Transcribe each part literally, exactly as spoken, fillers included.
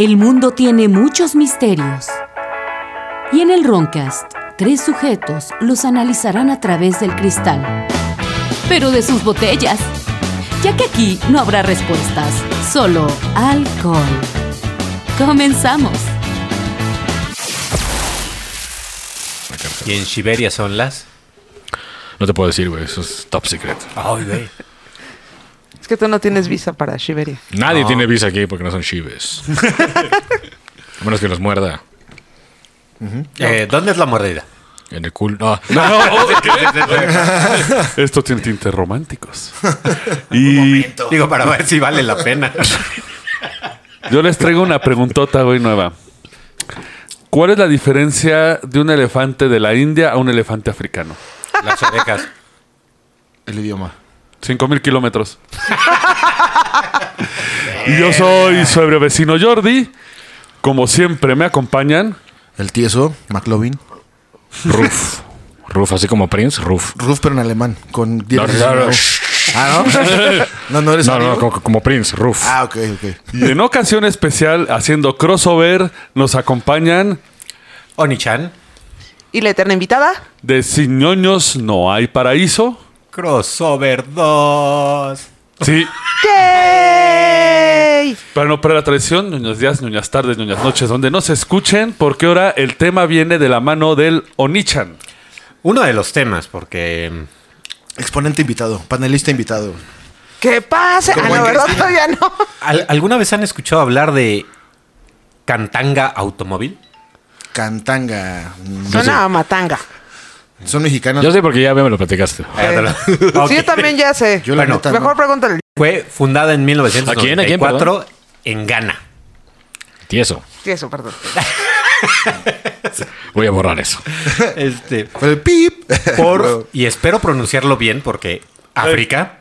El mundo tiene muchos misterios. Y en el Roncast, tres sujetos los analizarán a través del cristal. Pero de sus botellas. Ya que aquí no habrá respuestas, solo alcohol. Comenzamos. ¿Y en Siberia son las? No te puedo decir, güey. Eso es top secret. Ay, güey. Es que tú no tienes visa para Siberia. Nadie No. tiene visa aquí porque no son chives. A menos que los muerda Eh, ¿Dónde es la mordida? en el culo. No. Esto tiene tintes románticos. Y Digo, para ver si vale la pena. yo les traigo una preguntota, güey, nueva. ¿Cuál es la diferencia de un elefante de la India a un elefante africano? Las orejas. El idioma. Cinco mil kilómetros. Y yo soy su ebrio vecino Jordi. Como siempre me acompañan. El tieso, McLovin. Ruf. Ruf, así como Prince, Ruf. Ruf, pero en alemán. Con No, diez. no, no. Ah, ¿no? No, no eres No, no, amigo? como, como Prince, Ruf. Ah, ok, ok. Y en ocasión especial, haciendo crossover, nos acompañan Oni-chan. ¿Y la eterna invitada? de Sin ñoños no hay paraíso. Crossover dos. Sí, ¡Yay! pero no para la tradición, ñoños días, ñoñas tardes, ñoñas noches, donde no se escuchen, porque ahora el tema viene de la mano del Oni-chan. Uno de los temas, porque Exponente invitado, panelista invitado. ¿Qué pasa? Como Ah, en la verdad Cristina. todavía no. ¿al- ¿alguna vez han escuchado hablar de Cantanga Automóvil? Cantanga. Mm, Suena a matanga. Son mexicanos. Yo sé porque ya me lo platicaste. Ok. Sí, yo también ya sé. Yo la Bueno, neta, Mejor no. pregúntale. Fue fundada en mil novecientos noventa y cuatro en Ghana. Tieso. Sí, eso, perdón. Voy a borrar eso. Este, Pero el pip. por, y espero pronunciarlo bien porque África.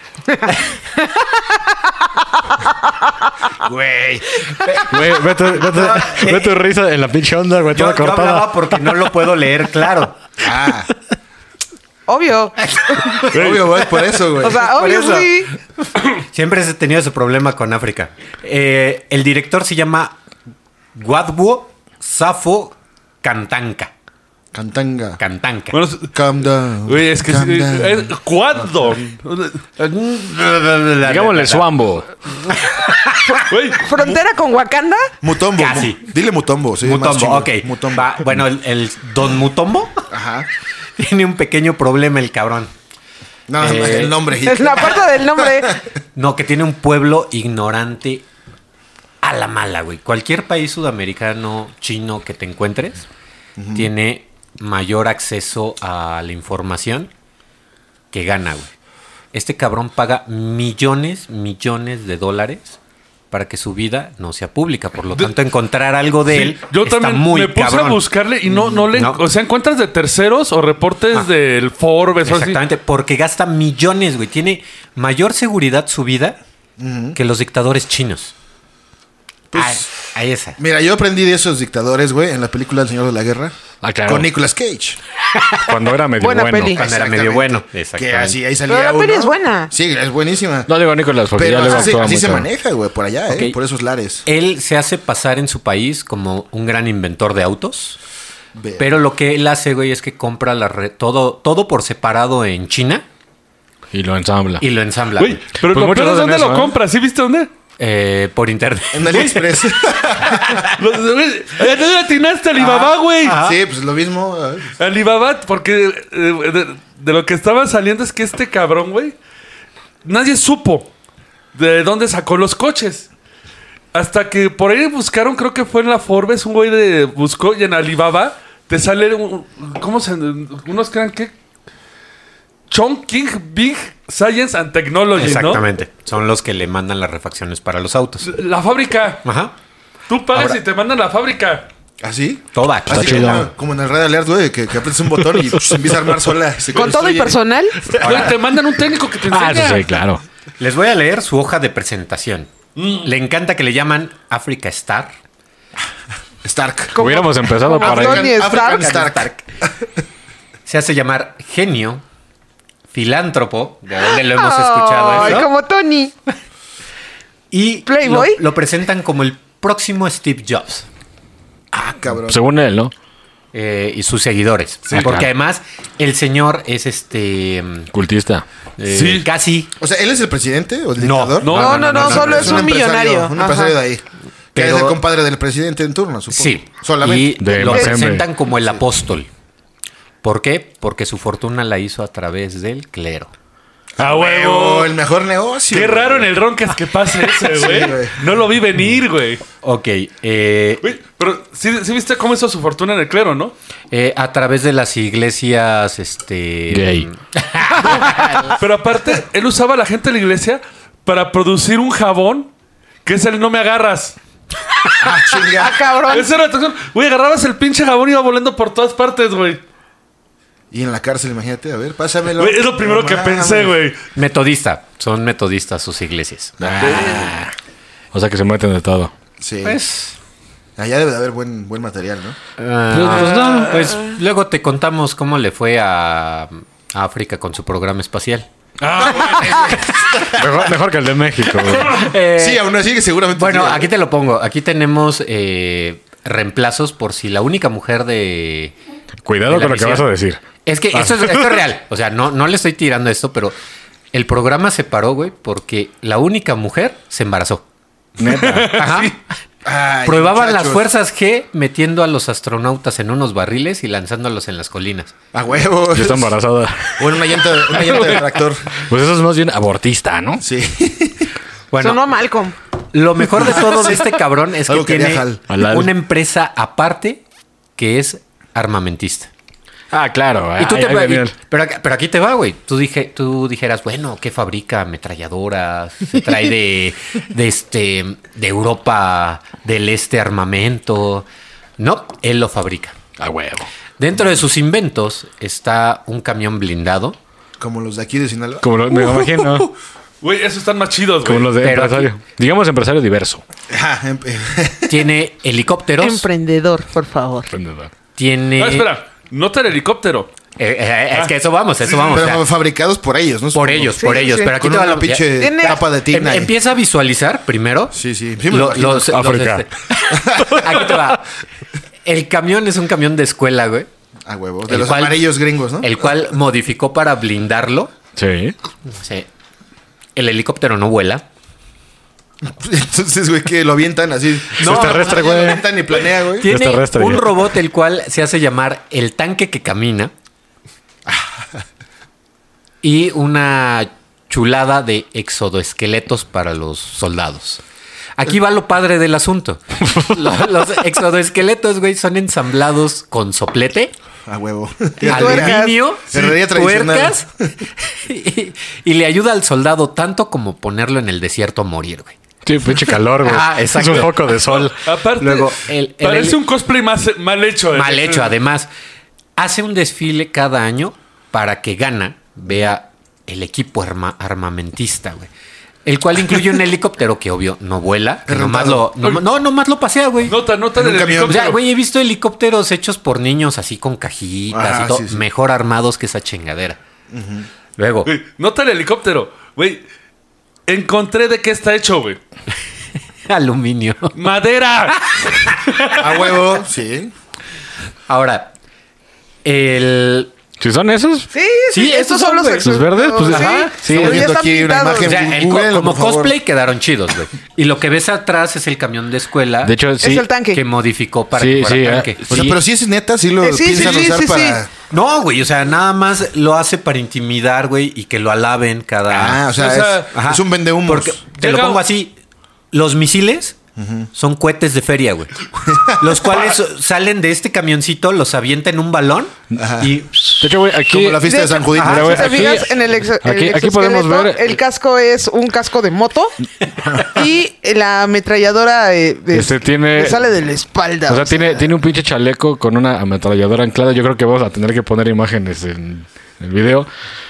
Güey. Güey, ve tu, ve tu- ve tu risa en la pinche onda, güey, toda Yo, yo hablaba cortada. porque no lo puedo leer claro. Ah, Obvio. obvio, güey, por eso, güey. O sea, Por obvio, eso. sí. Siempre he tenido ese problema con África. Eh, el director se llama Gwadwo Safo Kantanka. Cantanga. Kantanka. Bueno, Calm down. güey, es que calm sí, down. es- ¿cuándo? Digámosle Swambo. Güey, ¿Frontera con Wakanda? Mutombo. Casi. mu- Dile Mutombo. Sí, más Mutombo, chingón. ok. Mutombo. Va, bueno, el, el Don Mutombo Ajá. tiene un pequeño problema, el cabrón. Nada más Eh, el nombre. Es la parte del nombre. No, que tiene un pueblo ignorante a la mala, güey. Cualquier país sudamericano, chino que te encuentres, tiene mayor acceso a la información que gana, güey. Este cabrón paga millones, millones de dólares para que su vida no sea pública. Por lo tanto, encontrar algo de sí, él yo está también muy me puse cabrón. a buscarle y no, no le... No. O sea, encuentras de terceros o reportes Ah. del Forbes o así. Exactamente, porque gasta millones, güey. Tiene mayor seguridad su vida que los dictadores chinos. Pues, Ah, ahí esa. Mira, yo aprendí de esos dictadores, güey, en la película El Señor de la Guerra. Ah, claro. Con Nicolas Cage. Cuando era medio Buena bueno. peli. Cuando era Exactamente. medio bueno. Que Exactamente. así, ahí salía Pero la uno. peli es buena. Sí, es buenísima. No digo Nicolás porque Pero ya luego así, actúa así muy se cabrón. maneja, güey, por allá, ¿eh? Ok. Por esos lares. Él se hace pasar en su país como un gran inventor de autos. Ve. Pero lo que él hace, güey, es que compra la re- todo, todo por separado en China Y lo ensambla. y lo ensambla. Güey, güey. pero Pues lo muchos peor es hacen dónde eso, lo ¿eh? compras. ¿Sí viste dónde? Eh, por internet. En AliExpress. Lo- güey, eh, ¿dónde atinaste Alibaba, güey? Sí, pues lo mismo. ¿eh? Alibaba, porque eh, de, de lo que estaba saliendo es que este cabrón, güey, nadie supo de dónde sacó los coches. Hasta que por ahí buscaron, creo que fue en la Forbes, un güey de buscó y en Alibaba te sale un- ¿cómo se? Unos crean que Chongqing Big Science and Technology, Exactamente. Son los que le mandan las refacciones para los autos. ¿no? La fábrica. Ajá. Tú pagas Ahora- y te mandan la fábrica. ¿Así? Toda. Así chido. como, como en el Red Alert, güey, que, que aprietas un botón y se empieza a armar sola. Se ¿Con todo y construye. personal? Güey, te mandan un técnico que te enseña. Ah, eso sí, claro. Les voy a leer su hoja de presentación. Le encanta que le llaman Africa Star. Stark. ¿Cómo? Hubiéramos empezado ¿Como por ahí. Tony African Stark? Stark. Se hace llamar genio, filántropo, de dónde lo hemos escuchado Ay, eso. como Tony. Y Playboy. Lo, lo presentan como el próximo Steve Jobs. Ah, cabrón. Según él, ¿no? eh, y sus seguidores. Sí, Porque claro. además el señor es este... Cultista. eh, Sí. Casi... O sea, ¿él es el presidente o el No, dictador? no, No, no, no, solo es un empresario, millonario. Un empresario Ajá. de ahí. Que Pero- es el compadre del presidente en turno, supongo. Sí. Solamente. Y De lo Mazembe. presentan como el apóstol. ¿Por qué? Porque su fortuna la hizo a través del clero. ¡A Oh, huevo! el mejor negocio. Qué güey. raro en el Roncas que pase ese, güey. güey. No lo vi venir, güey. Ok. eh, Güey, pero sí, sí viste cómo hizo su fortuna en el clero, ¿no? eh, a través de las iglesias, este... Gay. Pero aparte, él usaba a la gente de la iglesia para producir un jabón que es el no me agarras. Ah, chinga. Ah, cabrón. Esa era la atracción. Güey, agarrabas el pinche jabón y iba volando por todas partes, güey. Y en la cárcel, imagínate. A ver, pásamelo. Güey, es lo primero No que mames. pensé, güey. Metodista. Son metodistas sus iglesias. Ah. O sea que se meten de todo. Sí. Pues... Allá debe de haber buen, buen material, ¿no? ah, Pues no. pues luego te contamos cómo le fue a, a África con su programa espacial. Ah, güey. Mejor, mejor que el de México, güey. Eh, sí, aún así que seguramente. Bueno, sí. aquí te lo pongo. Aquí tenemos eh, reemplazos por si la única mujer de... Cuidado de la con lo que misión- vas a decir. Es que esto es, esto es real. O sea, no, no le estoy tirando esto, pero el programa se paró, güey, porque la única mujer se embarazó. Neta. Ajá. Ay, Pruebaban las muchachos. fuerzas G metiendo a los astronautas en unos barriles y lanzándolos en las colinas. A huevo. Yo estoy embarazada. O en una llanta, una llanta de tractor. Pues eso es más bien abortista, ¿no? Sí. Bueno, Sonó a Malcolm. lo mejor de todo de este cabrón es que Algo que tiene haría Hal. Halal. una empresa aparte que es armamentista. Ah, claro. Y tú Ahí- te ahí va- venía y- el- pero, ac- pero aquí te va, güey. Tú, dije, tú dijeras, bueno, ¿qué fabrica? Ametralladoras. Se trae de, de, este, de Europa del Este armamento. No, él lo fabrica. A huevo. Dentro de sus inventos está un camión blindado. Como los de aquí de Sinaloa. Como lo, me imagino. Güey, esos están más chidos, Como güey. los de Pero empresario. Digamos empresario diverso. Ajá, em- Tiene helicópteros. Emprendedor, por favor. tiene... No, espera. Nota el helicóptero. Eh, eh, es que eso vamos, eso vamos. o sea, Pero fabricados por ellos, ¿no? por Supongo. ellos, Sí, por ellos. sí. Pero aquí Con te va una lo- pinche Tiene- tapa de Em- tina. y- empieza a visualizar primero. Sí, sí. Sí me lo- lo imagino. los, los, África. este- aquí te va. El camión es un camión de escuela, güey. A huevo. De el los cual- amarillos gringos, ¿no? El cual modificó para blindarlo. Sí. Sí. El helicóptero no vuela. Entonces, güey, que lo avientan así. No, es terrestre, Lo güey. avientan y planea, güey. Tiene terrestre, un ya. robot el cual se hace llamar el tanque que camina. Y una chulada de exodoesqueletos para los soldados. Aquí va lo padre del asunto. Lo- Los exodoesqueletos, güey, son ensamblados con soplete, A huevo. aluminio, Herrería tradicional. tuercas, y, y le ayuda al soldado tanto como ponerlo en el desierto a morir, güey. Sí, pinche calor, güey. Ah, exacto. Es un foco de sol. Aparte, Luego, el- el- parece el- un cosplay más, mal hecho. eh. Mal hecho, además. Hace un desfile cada año para que Ghana vea el equipo arma- armamentista, güey. El cual incluye un helicóptero que, obvio, no vuela. Que nomás lo, no, no, nomás lo pasea, güey. Nota, nota En un del camión. O sea, helicóptero. güey, he visto helicópteros hechos por niños así con cajitas Ajá, y todo. sí, sí. Mejor armados que esa chingadera. Luego, Güey, nota el helicóptero. Güey, encontré de qué está hecho, güey. aluminio. ¡Madera! A huevo, sí. Ahora, el... Si son esos, Sí, Sí, sí, estos estos son, son los güey. sus verdes, pues, Sí, ajá, sí. pero Estamos ya viendo están aquí una pintados. imagen. O sea, el co- Google, como por favor. cosplay quedaron chidos, güey. Y lo que ves atrás es el camión de escuela. de hecho, sí. Es el tanque. que modificó para Sí, que fuera sí, tanque. eh. O sea, Sí. pero sí es neta, sí lo Eh, sí, piensan sí, sí, usar sí, para. sí. No, güey, o sea, nada más lo hace para intimidar, güey, y que lo alaben cada... Ah, o sea, O sea, es, Ajá. es un vendehumos. Porque te lo Llega- pongo así, los misiles son cohetes de feria, güey. Los cuales salen de este camioncito, los avienta en un balón Ajá. y... De hecho, güey, aquí. Como la fiesta de San Judito. Ajá, Mira, si güey, te aquí- fijas en el, exo- el aquí- aquí podemos exoesqueleto, ver- el casco es un casco de moto y la ametralladora eh, de- Este tiene- le sale de la espalda. O sea, tiene, tiene un pinche chaleco con una ametralladora anclada. Yo creo que vamos a tener que poner imágenes en el video.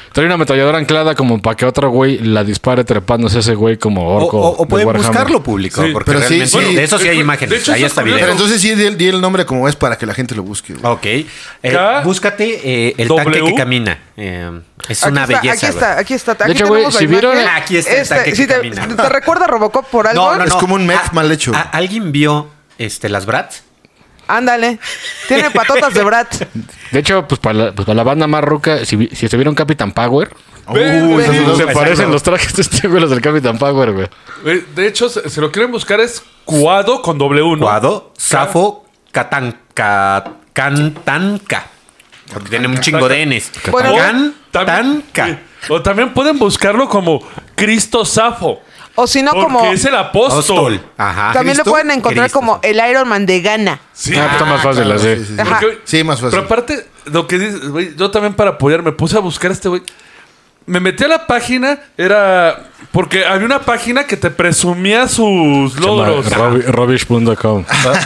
Trae una ametralladora anclada como para que otro güey la dispare trepándose ese güey como O, orco. o- o de pueden Warhammer. buscarlo público, Sí, porque pero sí, realmente sí. de eso sí hay De imágenes. hecho, Ahí eso está es video. Pero entonces sí, di, di el nombre como es para que la gente lo busque. güey. Ok. Eh, K- búscate eh, el W. tanque que camina. Eh, es Aquí una está, belleza. Aquí güey. está, aquí está. Aquí hecho, güey, tenemos la si vieron- imagen. Aquí está el tanque que sí, te, camina. ¿Te recuerda a Robocop por algo? No, no, Es no. como un mech Ah, mal hecho. ah, ¿Alguien vio este, las Bratz? Ándale. Tiene patotas de Brat. De hecho, pues para la, pues para la banda más ruca, si, vi- si estuvieron Capitán Power, Uy, esos son los- se exacto. parecen los trajes de este güey, los del Capitán Power, güey. Güey, de hecho, se, se lo quieren buscar es Cuado con W, ¿no? Cuado, Safo, Catanca, Cantanca. Porque tiene un chingo de Ns. Bueno, Cantanca. sí. O también pueden buscarlo como Cristo Safo. O si no, Porque como. es el apóstol. Apóstol. Ajá. También lo ¿Cristo? pueden encontrar Cristo. como el Iron Man de Ghana. Sí. Ah, está más fácil claro, así. sí, sí, sí. Ajá. Porque- Sí, más fácil. Pero aparte, lo que dices, güey, yo también para apoyar me puse a buscar a este güey. Me metí a la página, era... Porque había una página que te presumía sus Se llama logros. robi- Rubbish punto com.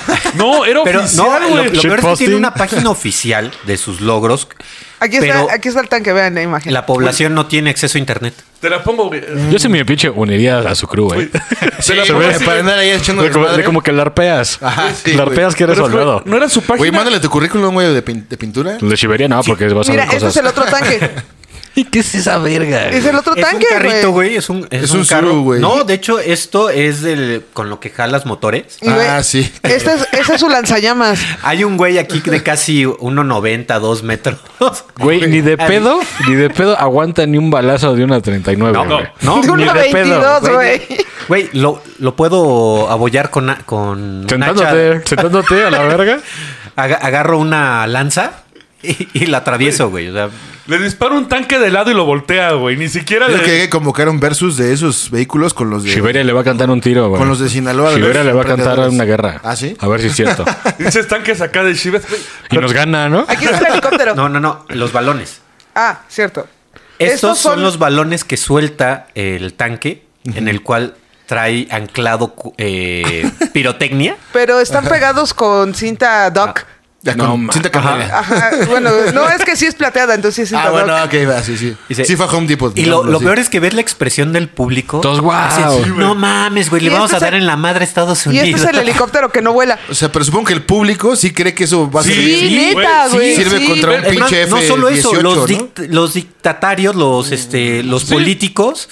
No, era Pero no, oficial, lo, güey. lo peor es que Shitposting. tiene una página oficial de sus logros. Aquí Pero está, aquí está el tanque, vean la imagen. la población no tiene acceso a internet. Te la pongo, güey. Yo si me pinche uniría a su crew, güey. Se la Sí, pongo güey, así, para güey. andar ahí echando De como, desmadre. de como que larpeas. Ajá, sí, larpeas que eres Pero es que, soldado. güey, no era su página. Güey, mándale tu currículum, güey, de, pin- de pintura. El de Siberia no, porque vas a Mira, ver este es cosas. el otro tanque. ¿Y qué es esa verga? Es el otro Es tanque, un carrito, güey. güey. Es un, es Es un un carro. Zuru, güey. No, de hecho, esto es del con lo que jalas motores. Y ve, Ah, sí. Este es, este es su lanzallamas. Hay un güey aquí de casi uno noventa, dos metros. Güey, ni de pedo, ni de pedo aguanta ni un balazo de una treinta y nueve, No, güey. no, de ni una de pedo, veintidós, güey. güey. Güey, lo, lo puedo abollar con, a- con un Sentándote, sentándote a la verga. Aga- agarro una lanza y, y la atravieso, güey. O sea, Le dispara un tanque de lado y lo voltea, güey. Ni siquiera Creo le... que hay que convocar un versus de esos vehículos con los de... Siberia le va a cantar un tiro, güey. Con los de Sinaloa. de Siberia los le va a cantar emprendedores. una guerra. ¿Ah, sí? A ver si es cierto. Dices tanques acá de Chivas, güey. Y nos gana, ¿no? Aquí está el helicóptero. no, no, no. Los balones. Ah, cierto. Estos, son... los balones que suelta el tanque, en el cual trae anclado cu- eh, pirotecnia. Pero están pegados con cinta Doc. Ya, No, con ma- cinta carnera. Ajá. Bueno, no es que sí es plateada, entonces sí es cinta Ah, bueno, Doc. ok, va, sí, sí. Dice- sí fue a Home Depot. Y lo, digámoslo lo así. peor es que ves la expresión del público. Todos, guau. Así, no mames, güey, le Y vamos este a es dar el- en la madre a Estados Y Unidos. este es el helicóptero que no vuela. O sea, pero supongo que el público sí cree que eso va a Sí, servir. Sí, güey, neta, sí, güey. sirve sí. contra un Es más, pinche no F solo eso, dieciocho, los, ¿no? dict- los dictatarios, los, este, los Sí. políticos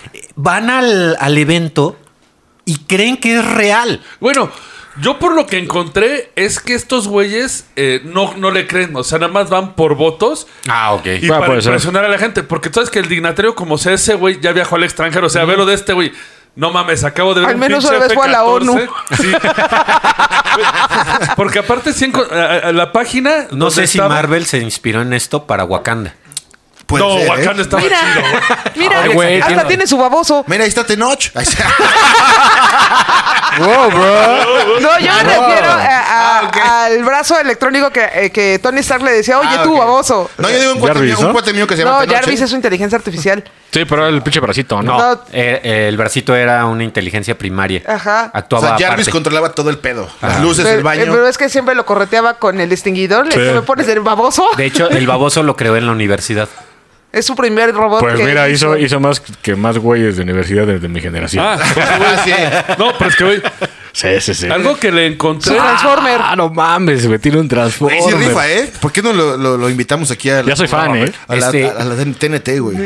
van al, al evento y creen que es real. Bueno, yo por lo que encontré es que estos güeyes eh, no, no le creen. O sea, nada más van por votos Ah, ok. y Ah, para puede ser. impresionar a la gente. Porque tú sabes que el dignatario, como sea ese güey, ya viajó al extranjero. O sea, ve lo de este güey. No mames, acabo de ver Al un menos pinche una vez fue a la F ONU. catorce. Sí. Porque aparte, sí enco- a- a- la página. No donde sé si estaba- Marvel se inspiró en esto para Wakanda. Puede No, ser, ¿eh? Wakanda estaba Mira, chido, güey. mira, Ay, güey, hasta tiene- tiene su baboso. Mira, ahí está Tenoch. Ahí está. Wow, bro. No, yo me refiero a- a- al brazo electrónico que, eh, que Tony Stark le decía, oye, Ah, tú, ok. baboso. No, yo digo un cuate, Jarvis, mío, un ¿no? cuate mío que se llama No, Tenoch. Jarvis ¿eh? es su inteligencia artificial. Sí, pero el pinche bracito, ¿no? No, No. eh, el bracito era una inteligencia primaria. Ajá. O Actuaba sea, Jarvis aparte. controlaba todo el pedo. Las Ajá. luces, Pero, el baño. eh, pero es que siempre lo correteaba con el extinguidor. Le Sí. decía, me pones el baboso. De hecho, el baboso lo creó en la universidad. Es su primer robot. Pues que mira, hizo, hizo más que más güeyes de universidad de, de mi generación. Ah, Ah, sí. no, pero es que, güey, Sí, sí, sí. algo que le encontré. Su Transformer. Ah, no mames, güey, tiene un Güey, Transformer. sí rifa, ¿eh? ¿Por qué no lo, lo, lo invitamos aquí a la, Ya soy fan, ¿eh? a la, Este- a la T N T, güey?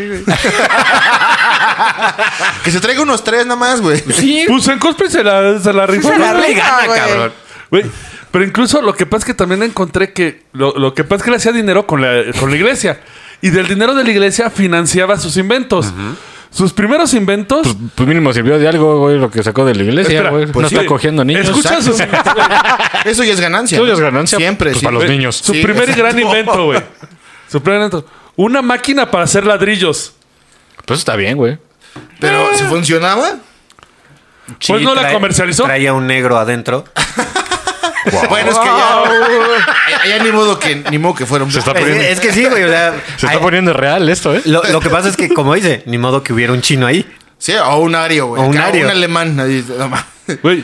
Que se traiga unos tres nada más, güey. Sí, Pues en cosplay se la, se la rifó. se la ¿no? le rifa, gana, güey. cabrón. Güey, pero incluso lo que pasa es que también encontré que lo, lo que pasa es que le hacía dinero con la, con la iglesia. Y del dinero de la iglesia financiaba sus inventos. Sus primeros inventos. Pues, pues mínimo sirvió de algo, güey, lo que sacó de la iglesia, Espera, güey. pues no sí. está cogiendo niños. Escucha Exacto. sus inventos. Eso ya es ganancia. Eso ya ¿no? es ganancia, Siempre, pues, sí. para los Güey, niños. Su Sí, primer exacto. gran invento, güey. Su primer invento. Una máquina para hacer ladrillos. Pues está bien, güey. Pero si funcionaba, Sí, Pues no la comercializó. Traía un negro adentro. bueno, es que ya, ya ni modo que ni modo que fuera un Se está Es, poniendo, es que sí, güey. O sea, se está hay- poniendo real esto, ¿eh? lo, lo que pasa es que, como dice, ni modo que hubiera un chino ahí. Sí, o un ario, güey. O un Acá, ario. Un alemán. Ahí, no mames. Güey.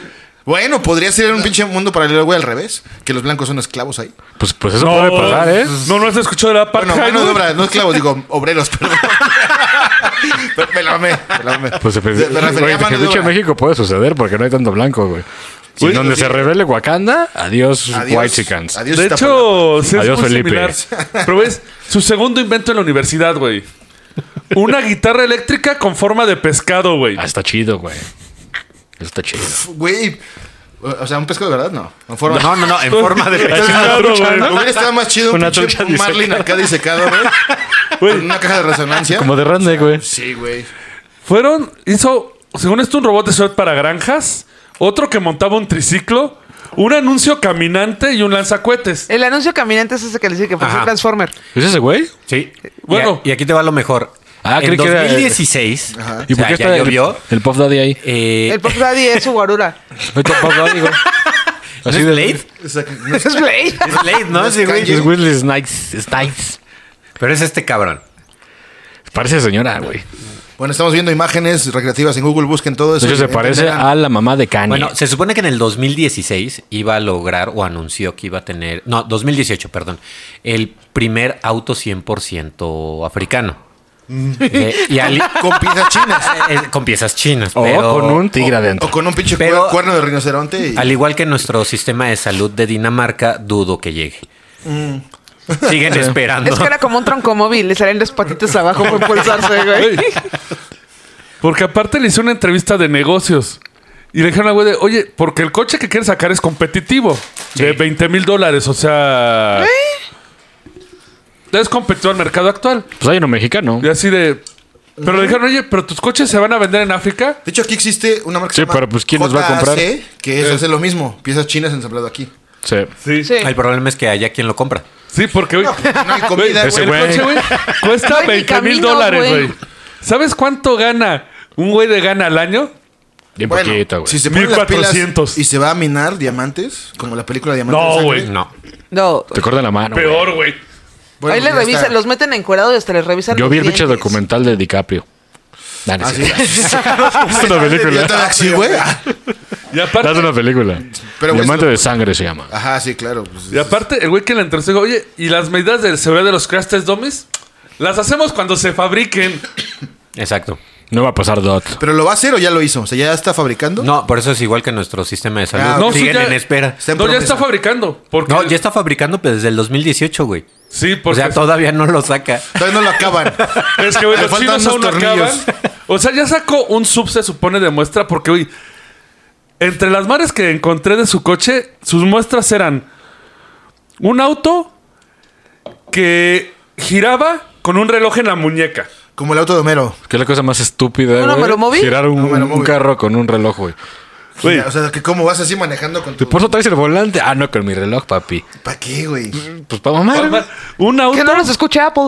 Bueno, podría ser un pinche mundo paralelo, güey, al revés. Que los blancos son esclavos ahí. Pues, pues eso No, puede pasar, ¿eh? No, no has escuchado de la Bueno, apartheid. mano de güey? obra, no esclavos, digo, obreros, perdón. Pero me la mamé, me la mamé. Pues se Me- me refería güey, a mano de de hecho en obra. México puede suceder porque no hay tanto blanco, güey. Si Güey, donde sí. se revele Wakanda, adiós, Adiós, white chickens. adiós, De Iztapalapa. hecho, sí es Adiós, muy Felipe. similar. Pero ves, su segundo invento en la universidad, güey. Una guitarra eléctrica con forma de pescado, güey. Ah, está chido, güey. Eso está chido. Güey, o sea, un pescado de verdad, no. En forma... No, no, no, en forma de Pescado, pescado. güey. Hubiera estado más chido un Una pinche trucha marlin disecada. acá disecado, güey. Güey. Con una caja de resonancia. Como de redneck, güey. Sí, güey. Fueron, hizo, según esto, un robot de ciudad para granjas, otro que montaba un triciclo, un anuncio caminante y un lanzacohetes. El anuncio caminante es ese que le dice que fue Ajá. un Transformer. ¿Es ese güey? Sí. Bueno. Y, a- y aquí te va lo mejor. Ah, en creí que era- dos mil dieciséis, Ajá. ¿Y o por sea, qué ya está el, llovió. el Puff Daddy ahí? eh, El Pop Daddy es su guarura. Vete a Puff Daddy, güey. ¿no Así es de Blade? O sea, que no es- Es Blade. Es Blade, ¿no? No es Sí, güey. Kanye. Es Wesley Snipes. Snipes. Pero es este cabrón. Parece señora, güey. Bueno, estamos viendo imágenes recreativas en Google, busquen todo eso. De hecho, y se parece entenderán. a la mamá de Kanye. Bueno, se supone que en el dos mil dieciséis iba a lograr o anunció que iba a tener, no, dos mil dieciocho, perdón, el primer auto cien por ciento africano. Eh, y al- Con piezas chinas. eh, con piezas chinas. o pero- con un tigre adentro. O con un pinche Pero- cuer- cuerno de rinoceronte. Y... Al igual que nuestro sistema de salud de Dinamarca, dudo que llegue. Siguen esperando. Es que era como un troncomóvil. Le salían los patitos abajo para impulsarse, güey. Güey. Porque aparte le hice una entrevista de negocios. Y le dijeron al güey de, oye, porque el coche que quieres sacar es competitivo. De veinte mil dólares, o sea... Es competitivo al mercado actual. Pues hay uno mexicano. Y así de... Pero le dijeron, oye, pero tus coches se van a vender en África. De hecho, aquí existe una marca que Sí, se llama pero, pues, ¿quién los va a comprar? J A C, que es hacer lo mismo. Piezas chinas ensamblado aquí. Sí. Sí. Sí. El problema es que haya quien lo compra. Sí, porque hoy... No hay comida, Ese el güey. güey. coche, güey, cuesta No hay ni veinte mil caminos, dólares, güey. güey. ¿Sabes cuánto gana un güey de gana al año? Bien Bueno, poquito, güey. si se ponen las pilas mil cuatrocientos. y se va a minar diamantes, como la película Diamantes No, de Sangre. güey. No. No. Te cortan la mano. güey. Peor, güey. Bueno, Ahí le ya revisan, está. los meten encuerados y hasta les revisan Yo los vi el pinche dientes. documental de DiCaprio. Nah, no Ah, es sí. cierto. Es una Ya película. está así, güey. Y aparte, Es una película. Pero, güey, Diamante es lo- de sangre se llama. Ajá, sí, claro. pues, y aparte, el güey que le entrevistó dijo, oye, ¿y las medidas de seguridad de los crash test dummies? Las hacemos cuando se fabriquen. Exacto. No va a pasar Dot. ¿Pero lo va a hacer o ya lo hizo? O sea, ¿ya está fabricando? No, por eso es igual que nuestro sistema de salud. Ah, No, sí, Siguen ya- en espera. Está en No, ya promesa. está fabricando. Porque, No, ya está fabricando pero desde el dos mil dieciocho, güey. Sí, O porque... sea, todavía no lo saca. Todavía no lo acaban. Es que, güey, Le los faltan chinos aún no unos acaban. tornillos. O sea, ya sacó un sub, se supone, de muestra. Porque, güey, entre las madres que encontré de su coche, sus muestras eran un auto que giraba con un reloj en la muñeca. Como el auto de Homero. ¿Qué es la cosa más estúpida, ¿Un güey? número móvil? Girar un, Número un móvil. carro con un reloj, güey. Güey, O sea, que cómo vas así manejando con tu... Por eso traes el volante. Ah, no, con mi reloj, papi. ¿Para qué, güey? Pues para mamar, güey. un auto... Que no nos escuche Apple.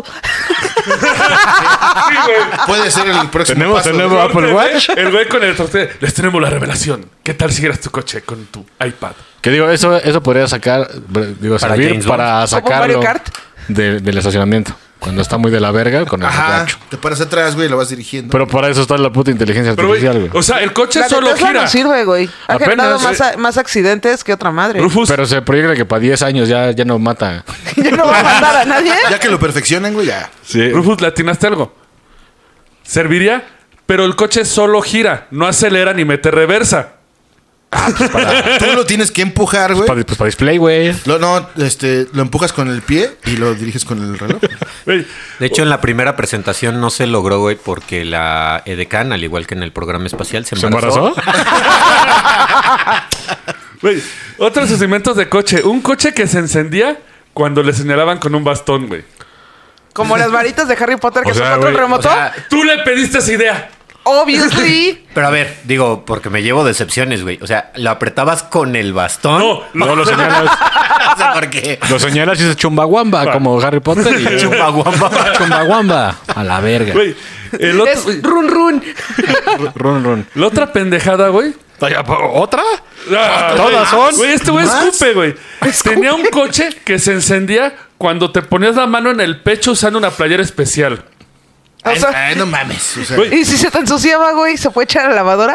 Sí, güey. Puede ser el próximo Tenemos paso. el nuevo güey. Apple Watch. El güey con el torte. Les tenemos la revelación. ¿Qué tal si giras tu coche con tu iPad? Que digo, eso, eso podría sacar, digo, Para servir James Bond. para Mario sacarlo Kart? de- del estacionamiento. Cuando está muy de la verga, con el Ajá. gacho. Te paras atrás, güey, y lo vas dirigiendo. Pero para eso está la puta inteligencia Pero, güey, artificial, güey. o sea, el coche La de solo Tesla gira. no sirve, güey. Ha Apenas, generado más, eh. a- más accidentes que otra madre. Rufus, Pero se proyecta que para diez años ya, ya no mata. Ya no va a mandar a nadie. Ya que lo perfeccionan, güey, ya. Sí. Rufus, ¿le atinaste algo? Serviría, pero el coche solo gira, no acelera ni mete reversa. Tú lo tienes que empujar, güey. Para, pues para display, güey. Lo, no, este, lo empujas con el pie y lo diriges con el reloj. Güey, De hecho, en la primera presentación no se logró, güey, porque la edecán, al igual que en el programa espacial, se ¿Se embarazó. embarazó? güey, otros segmentos de coche. Un coche que se encendía cuando le señalaban con un bastón, güey. Como las varitas de Harry Potter que O son sea, control güey, remoto. O sea, Tú le pediste esa idea. Obviously. pero a ver, digo, porque me llevo decepciones, güey. O sea, lo apretabas con el bastón. No, No lo señalas. No sé por qué. Lo señalas y dices chumbaguamba, como Harry Potter. Y Chumpaguamba. chumbaguamba. A la verga. Güey, el otro, Es güey, run run. Run, run. la otra pendejada, güey. ¿Otra? Ah, Todas güey. son. Güey, este güey ¿Más? escupe, güey. Tenía un coche que se encendía cuando te ponías la mano en el pecho usando una playera especial. O sea, Ay, no mames. O sea, Güey. y si se te ensuciaba, güey, ¿se puede echar a la lavadora?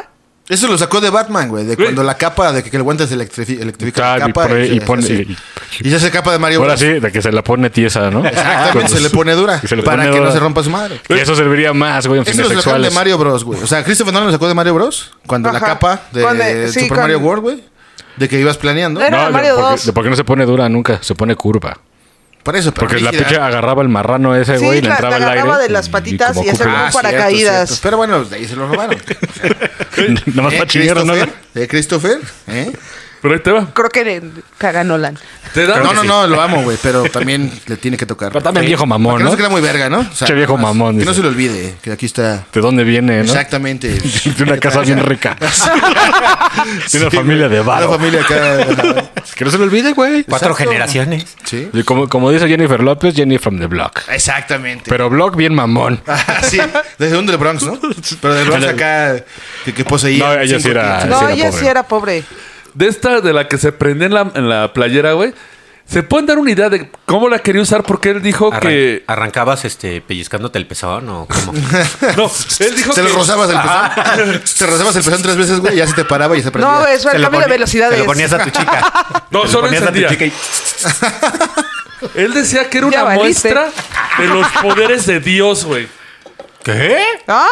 Eso lo sacó de Batman, güey. De Güey. cuando la capa, de que el guante se electrifi- electrifica Ah, la y capa. pone- se- y pone- así. y- Y se hace capa de Mario Ahora Bros. sí, de que se la pone tiesa, ¿no? Exactamente, se le pone dura. Y se le para pone que no dura. se rompa su madre. Y eso serviría más, güey, en Eso fines lo sacaron de sexuales. Mario Bros, güey. O sea, Christopher Nolan lo sacó de Mario Bros. Cuando la Ajá. capa de Con el- sí, Super con- Mario World, güey. De que ibas planeando. Era No, de Mario de- porque, dos. de por qué no se pone dura nunca, se pone curva. Por eso, pero Porque la rígida. pinche agarraba el marrano ese, Sí, güey, y le la- entraba la el aire. agarraba de las patitas y como hacía Cooper. como Ah, paracaídas. cierto, cierto. Pero bueno, de ahí se lo robaron. Nada más ¿Eh, para chingar, ¿no? Christopher? ¿Eh, Christopher? ¿Eh? Pero ahí te va. Creo que le caga Nolan. Te dan- No, no, no, lo amo, güey. Pero también le tiene que tocar. Pero también Sí. viejo Para mamón, que no ¿no? se crea muy verga, ¿no? O sea, Che viejo nada más. mamón, Que no dice. se le olvide que aquí está. ¿De dónde viene, no? Exactamente. De una casa bien rica. De una familia de Una varo. familia acá. Que no se le olvide, güey. Cuatro Exacto. generaciones. Sí. Y como, como dice Jennifer López, Jenny from the block. Exactamente. Pero block bien mamón. Ah, sí, desde un del Bronx, ¿no? Pero del Bronx acá que, que poseía. No, ella sí cinco era- tíos. sí No, era ella pobre. sí era pobre. De esta, de la que se prendía en la, en la playera, güey. ¿Se pueden dar una idea de cómo la quería usar? Porque él dijo Arran- que... ¿Arrancabas este, pellizcándote el pezón o cómo? No, él dijo Se que... lo rozabas el pezón. Te rozabas el pezón tres veces, güey, y ya se te paraba y se prendía. No, eso Se era el lo cambio de poni- velocidades. Se lo ponías a tu chica. No, Se lo solo ponías a tu encendía. chica y... Él decía que era Ya una valiste. muestra de los poderes de Dios, güey. ¿Qué? Ah,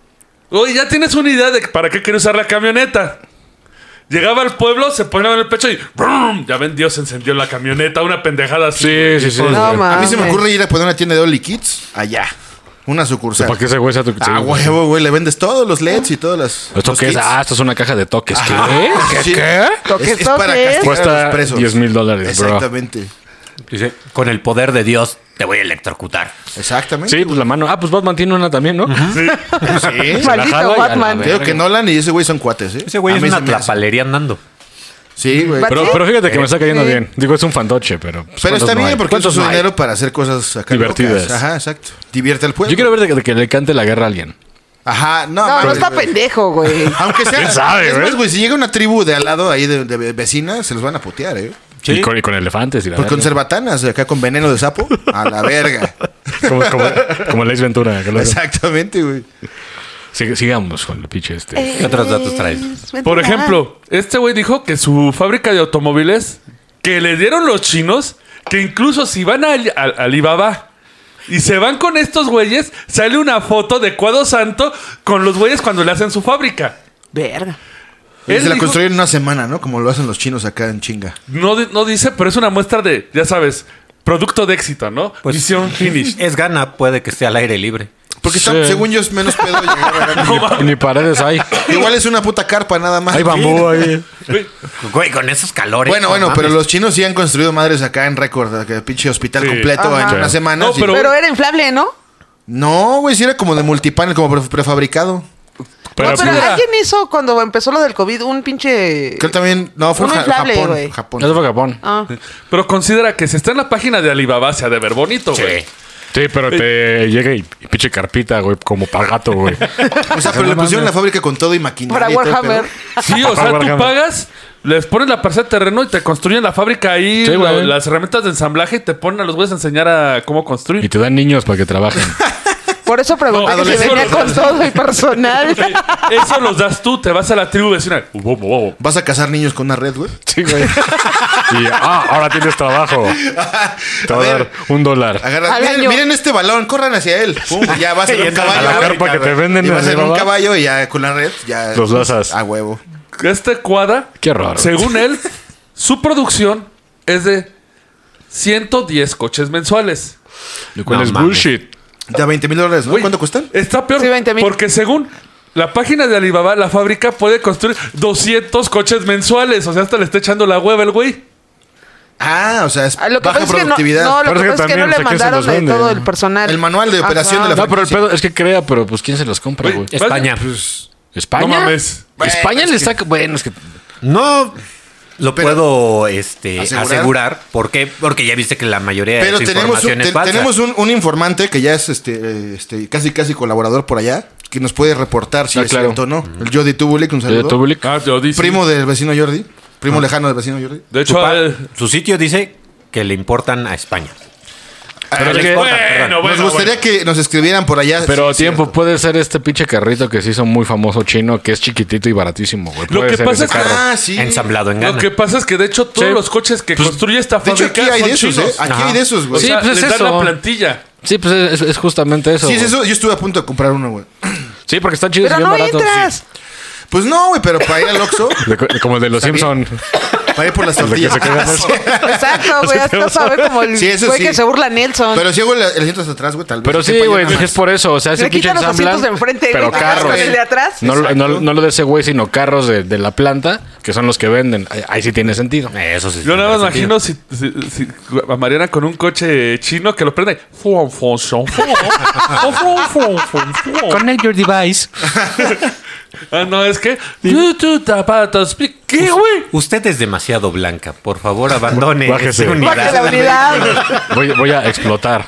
Oye, ya tienes una idea de para qué quiere usar la camioneta. Llegaba al pueblo, se ponía en el pecho y ¡brum! Ya ven, Dios encendió la camioneta, una pendejada así. Sí, sí, sí. no, güey. mames. A mí se me ocurre ir a poner una tienda de Only Kids allá. Una sucursal. ¿Para qué ese güey sea tu... Ah, sí, huevo, güey. Le vendes todos los L E Ds y todas las. ¿Esto los qué es? kits. Ah, esto es una caja de toques. ¿Qué? ¿Qué? Sí. Toques, Es, es para toques. castigar a Cuesta los presos. diez mil dólares, bro. Exactamente. Dice, con el poder de Dios te voy a electrocutar. Exactamente. Sí, pues la mano. Ah, pues Batman tiene una también, ¿no? Sí. Se la Maldito jala y a la Batman. verga. Te digo que Nolan y ese güey son cuates, ¿eh? Ese güey A es mí una se me hace. tlapalería andando. Sí, güey. Bat- Pero, pero fíjate que me está cayendo Sí. bien. Digo, es un fantoche, pero... pues, Pero ¿cuántos está no bien hay? porque usa ¿Cuántos su no hay? dinero para hacer cosas acá Divertidas. locas. Ajá, exacto. Divierte al pueblo. Yo quiero ver de, de que le cante la guerra a alguien. Ajá, no. No, no mames, está güey. pendejo, güey. Aunque sea. ¿Quién sabe, es güey? más, güey, si llega una tribu de al lado ahí de, de vecinas, se los van a putear, ¿eh? Sí. Y, con, y con elefantes y la Pues con verga. cerbatanas, acá con veneno de sapo, a la verga. Como, como, como Leis Ventura. Que lo- Exactamente, güey. Sig- sigamos con el pinche este. ¿Qué otros datos traes? Por ejemplo, este güey dijo que su fábrica de automóviles que le dieron los chinos, que incluso si van a, Ali- a Alibaba y se van con estos güeyes, sale una foto de Cuadro Santo con los güeyes cuando le hacen su fábrica. Verga. Y Él se la dijo- construyen en una semana, ¿no? Como lo hacen los chinos acá en chinga. No, di- no dice, pero es una muestra de, ya sabes, producto de éxito, ¿no? Pues- Visión finish. Es gana, puede que esté al aire libre. Porque Sí. está- según yo es menos pedo llegar a Ni, ni paredes hay. Igual es una puta carpa nada más. Hay bambú ahí. Güey, Güey, con esos calores. Bueno, no bueno, mames. pero los chinos sí han construido madres acá en récord, que pinche hospital Sí. completo Ajá. en una semana. No, sí. pero- Pero era inflable, ¿no? No, güey, sí era como de multipanel, como pre- prefabricado. Pero, no, pero pues, alguien hizo cuando empezó lo del COVID un pinche... Creo también, no, fue Un Ja- inflable, Japón, güey. Japón. eso fue Japón. Ah. pero considera que si está en la página de Alibaba, se ha de ver bonito, güey. Sí. Sí, pero te llega y, y pinche carpita, güey, como para gato, güey. O sea, pero le pusieron la fábrica con todo y maquinaria. Para y todo el Warhammer. pedo. Sí, o sea, tú Warhammer. pagas, les pones la parcela de terreno y te construyen la fábrica ahí, Sí, la- güey. las herramientas de ensamblaje y te ponen a los güeyes a enseñar a cómo Y construir. te dan niños para que trabajen. Por eso pregunté No, que si venía con adolescentes. todo y personal. Eso los das tú, te vas a la tribu vecina. Wow, wow, wow. Vas a cazar niños con una red, güey. Sí, güey. Y, ah, ahora tienes trabajo. Te A va a ver. dar un dólar. Agarra, Al miren, año. miren este balón, corran hacia él. Pum, y ya vas en un entra caballo. a la güey. carpa que te venden Y vas en en un Alibaba. caballo y ya con la red, ya. Los lazas. A huevo. Este cuadra, Qué raro. según él, su producción es de ciento diez coches mensuales. Lo cual No es mames. bullshit. De veinte mil dólares, ¿no? Güey, ¿Cuánto cuestan? Está peor. Sí, veinte mil. Porque según la página de Alibaba, la fábrica puede construir doscientos coches mensuales. O sea, hasta le está echando la hueva el güey. Ah, o sea, es Ah, Lo que baja pasa es que no, productividad. no, lo Parece que que pasa es que no también, le o sea, ¿quién se mandaron los de vende? todo el personal. El manual de operación de la No, pero el franquicia. pedo es que crea, pero pues ¿quién se los compra, Güey, güey? España. ¿España? No mames. España Bueno, le es que- saca... Bueno, es que... No lo Pero- puedo este, ¿Asegurar? asegurar. ¿Por qué? Porque ya viste que la mayoría Pero de esa tenemos, un, información te- es falsa. tenemos un, un informante que ya es este, eh, este casi casi colaborador por allá, que nos puede reportar si Ah, es claro. cierto o no. El Jordi Tubulik, un saludo. Tubulik. Ah, yo dice. Primo del vecino Jordi. Primo lejano del vecino Jordi. De Su, hecho, pa- eh, su sitio dice que le importan a España. Pero es les que- corta, Bueno, perdón. bueno, Nos gustaría que nos escribieran por allá. Pero Sí, tiempo, cierto. puede ser este pinche carrito que se hizo muy famoso chino, que es chiquitito y baratísimo, güey. Lo Puede que ser pasa ese es que- carro. Ah, sí. Ensamblado en Lo gana. que pasa es que de hecho todos Sí. los coches que construye esta De hecho, aquí fábrica hay son de esos, chinos. ¿eh? Aquí Ajá. hay de esos, O güey. Sí, sea, pues es les dan eso. la plantilla. Sí, pues es, es justamente eso. Sí, es güey. eso. Yo estuve a punto de comprar uno, güey. Sí, porque están chidos y Pero bien no baratos. entras. Pues no, güey, pero para ir al Oxxo, De- de- como el de los Está Simpson. para ir por las El de que tortillas. se quedan Ah, así. sí. Exacto, güey. Hasta sabe como el Sí, eso güey sí. que se burla Nelson. Pero si hago el, el asiento hasta atrás, güey, tal vez. Pero esté sí, para güey, allá nada es más. por eso. O sea, ese Le pinche quitan los ensamblan, asientos de enfrente, pero güey, carros. con el de atrás. No, Exacto. no, no lo de ese güey, sino carros de, de la planta, que son los que venden. Ahí, ahí sí tiene sentido. Eso sí. Yo nada más tiene imagino si, si- si- a Mariana con un coche chino que lo prende. Fum, fum, fum, fum, fum, fum, fum, fum. Connect your device. Ah, no, es que. YouTube zapatos. ¿Qué, güey? Usted es demasiado blanca. Por favor, abandone Bájese. esa unidad. Baje la unidad. Voy, voy a explotar.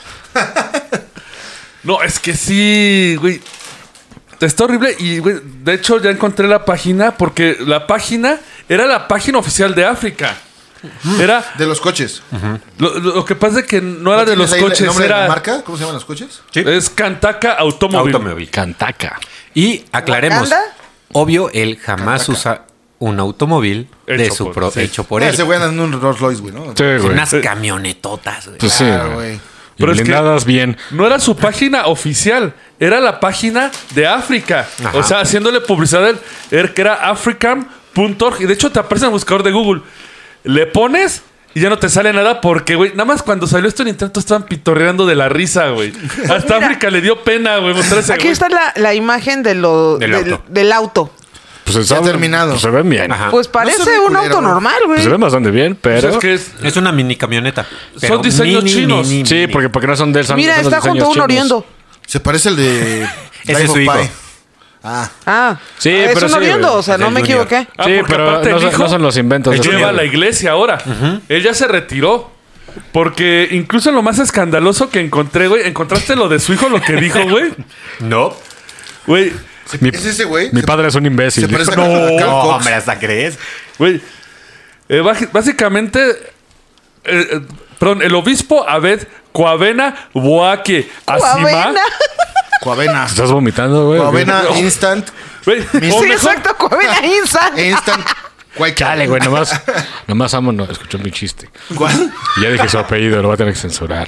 No, es que sí, güey. Está horrible y, güey, de hecho ya encontré la página porque la página era la página oficial de África. Era... De los coches. Lo, lo- lo que pasa es que no era ¿No de los tienes ahí el coches, nombre de la era... marca? ¿Cómo se llaman los coches? Sí. Es Kantaka Automóvil. Automóvil. Cantaca. Y aclaremos, ¿Wakanda? obvio, él jamás usa un automóvil de Hecho su por- pro- sí. hecho por Ah, él. ese güey anda en un Rolls Royce, güey, ¿no? Sí, güey. Unas camionetotas, güey. Pues sí, Claro, güey. güey. Y Pero es que- blindadas bien. No era su página oficial, era la página de África. Ajá. O sea, haciéndole publicidad él, era que era african punto org. Y de hecho te aparece en el buscador de Google. Le pones y ya no te sale nada porque, güey, nada más cuando salió esto en internet estaban pitorreando de la risa, güey. Hasta África le dio pena, güey, mostrarse. Aquí güey. está la, la imagen de lo, Del del, auto. del auto. Pues Ya está- terminado. pues se ven bien. Ajá. Pues parece se ve un culero, auto güey. normal, güey. Pues se ven bastante bien, Pues pero... es que es- Es una mini camioneta. Son diseños chinos. Sí, mini. porque, porque no son de él, son Mira, son los está junto a un diseños chinos. oriendo. Se parece el de... Ese Life es of su hijo. Pi. Ah, Ah, Sí, es pero un sí, oriendo, güey. o sea, Es no el me Junior. equivoqué. Ah, Sí, porque pero aparte no el son, hijo no son los inventos. Él de lleva a su- la iglesia ahora. Él ya se retiró. Porque incluso lo más escandaloso que encontré, güey, ¿encontraste lo de su hijo, lo que dijo, güey? No. Güey, Mi, ¿es ese güey? mi Se- padre es un imbécil. Se parece a No. Carl No, Cox. hombre, hasta crees. güey. eh, baj- básicamente, eh, eh, perdón, el obispo Abed Coavena Boaque Asima. Coavena. Coavena. ¿Estás vomitando, güey? Coavena Instant. Güey, o Sí, Sí, mejor, exacto, Coavena Insa. Instant. White Chale, güey, nomás, nomás amo no escuchó mi chiste. ¿Cuál? Y ya dije su apellido, lo voy a tener que censurar.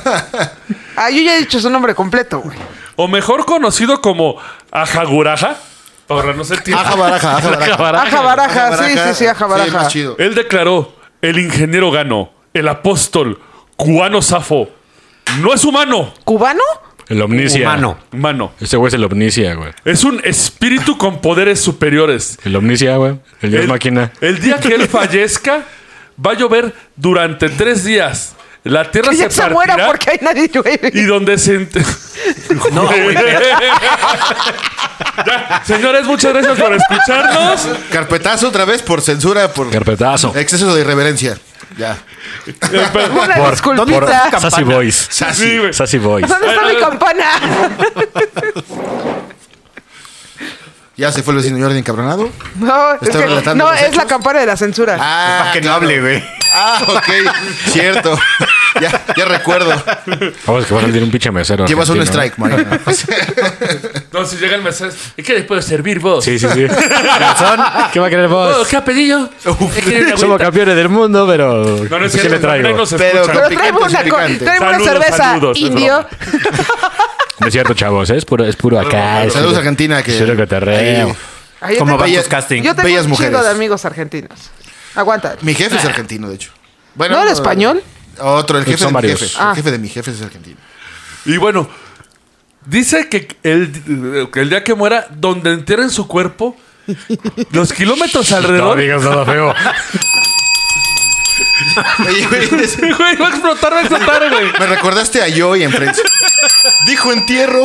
Ah, yo ya he dicho su nombre completo, güey. o mejor conocido como Ajaguraja. Para no ser tiempo. Aja baraja, aja baraja. Aja Baraja, sí, sí, sí, Aja Sí, Baraja. más chido. Él declaró: el ingeniero Gano, el apóstol cubano Safo, no es humano. ¿Cubano? El Omnicia. Humano. Humano. Ese güey es el Omnicia, güey. Es un espíritu con poderes superiores. El Omnicia, güey. El dios El, máquina. el día que él fallezca, va a llover durante tres días. La tierra Que se ya se partirá muera porque hay nadie llueve. y donde se... ent- No, güey. Ya, señores, muchas gracias por escucharnos. Carpetazo otra vez por censura, por Carpetazo. exceso de irreverencia. Ya. Eh, pero- Una Por, disculpita. por Sassy Boys. Sí, güey. Sassy Boys. ¿Dónde está mi campana? Ya se fue el vecino Jordi encabronado. No, es, ¿Está que- relatando no, los es la hechos? campana de la censura. Ah, Para que no claro. hable, güey. Ah, ok. Cierto. Ya, ya recuerdo. Vamos, que va a salir un pinche mesero. Llevas un argentino. strike, Mariana. No, si llega el mesero, ¿y qué les puedo servir vos? Sí, sí, sí. Garzón, ¿qué va a querer Oh, vos? ¿qué ha pedido? ¿Qué quiere una Somos agüita? campeones del mundo, pero... No, no es ¿qué cierto, le traigo? no nos Pero- escuchan. Pero picante, traemos una, co- picante. traemos una Saludos, cerveza saludos, es indio. broma. No es cierto, chavos. ¿eh? Es puro, es puro acá. es Saludos puro- Argentina. Que es puro cotorreo. ahí- Ay, yo ¿Cómo tengo- van Bellas- tus casting? Yo tengo Bellas un chingo mujeres. de amigos argentinos. Aguanta. Mi jefe es argentino, de hecho. Bueno, ¿No el español? Otro, el jefe Son de mi varios. jefe. Ah. El jefe de mi jefe es argentino. Y bueno, dice que el, que el día que muera, donde entierren su cuerpo, los kilómetros No alrededor... digas nada feo. Oye, güey, es- Güey, va a explotar, va a explotar, güey. me recordaste a Joey en Friends. Dijo entierro.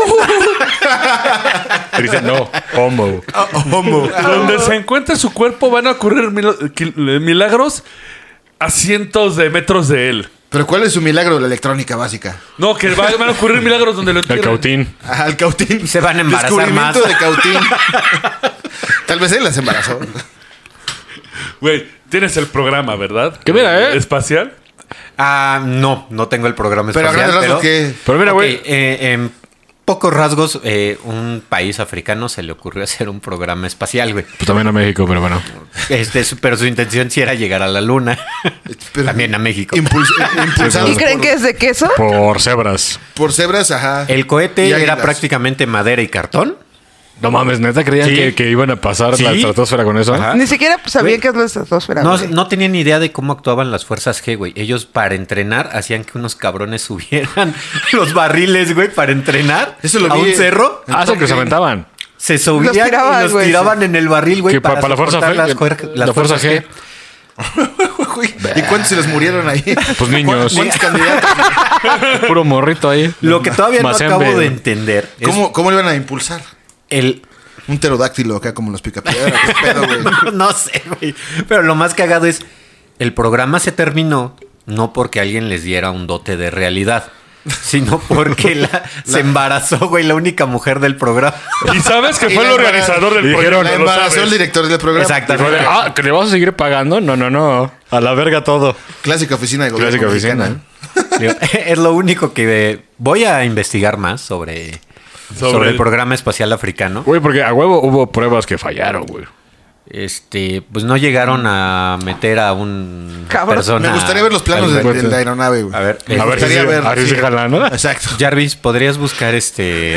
Dice, no, homo. Homo. Donde se encuentre su cuerpo van a ocurrir mil- quil- milagros a cientos de metros de él. Pero ¿cuál es su milagro de la electrónica básica? No, que va- van a ocurrir milagros donde lo El entierren. cautín. Ah, el cautín. Se van a embarazar Descubrimiento más. de cautín. Tal vez él las embarazó. Güey, tienes el programa, ¿verdad? Que mira, ¿eh? Espacial. Ah, no, no tengo el programa Pero a espacial. grandes rasgos, pero, ¿qué? Pero mira, Ok, güey. eh, en pocos rasgos, eh, un país africano se le ocurrió hacer un programa espacial, güey. Pues también a México, pero bueno. Este, su- pero su intención sí era llegar a la luna. Pero- También a México. Impuls- impulsados ¿Y creen por, que es de queso? Por cebras. por cebras, ajá. El cohete Y era águilas. prácticamente madera y cartón. No mames, ¿neta creían Sí. que, que iban a pasar Sí. la estratosfera con eso? Ajá. Ni siquiera sabían Güey. que es la estratosfera. No, güey. no tenían ni idea de cómo actuaban las fuerzas G, güey. Ellos para entrenar hacían que unos cabrones subieran los barriles, güey, para entrenar Eso lo a vi. un cerro. Ah, eso que se aventaban. Se subían Los tiraban, y los güey. tiraban en el barril, güey, Que pa- para, para la fuerza soportar G, las, fuer- la las fuerza fuerzas G. Güey, ¿y cuántos se les murieron ahí? Pues niños. ¿Cuántos candidatos? Puro morrito ahí. Lo que todavía no Mazembe, acabo de güey. entender es ¿Cómo, ¿Cómo le iban a impulsar? el... Un pterodáctilo acá como los picapiedras. ¿Qué pedo, güey? no, no sé, güey. Pero lo más cagado es, el programa se terminó no porque alguien les diera un dote de realidad, sino porque la, se embarazó, güey, la única mujer del programa. Y sabes que Y fue la el embara- organizador del dijeron, proyecto. La lo embarazó sabes. el director del programa. Exactamente. Ah, ¿que le vas a seguir pagando? No, no, no. A la verga todo. Clásica oficina de gobierno. Clásica oficina. mexicana. Digo, es lo único que eh, voy a investigar más sobre, sobre, Sobre el el- programa espacial africano. Güey, porque a huevo hubo pruebas que fallaron, güey. Este, pues no llegaron a meter a un Cabrón. persona. Me gustaría ver los planos de, al- de la aeronave, güey. A ver, me a ver gustaría si se- ver. a ver si sí. se jala, ¿no? Exacto. Jarvis, ¿podrías buscar este?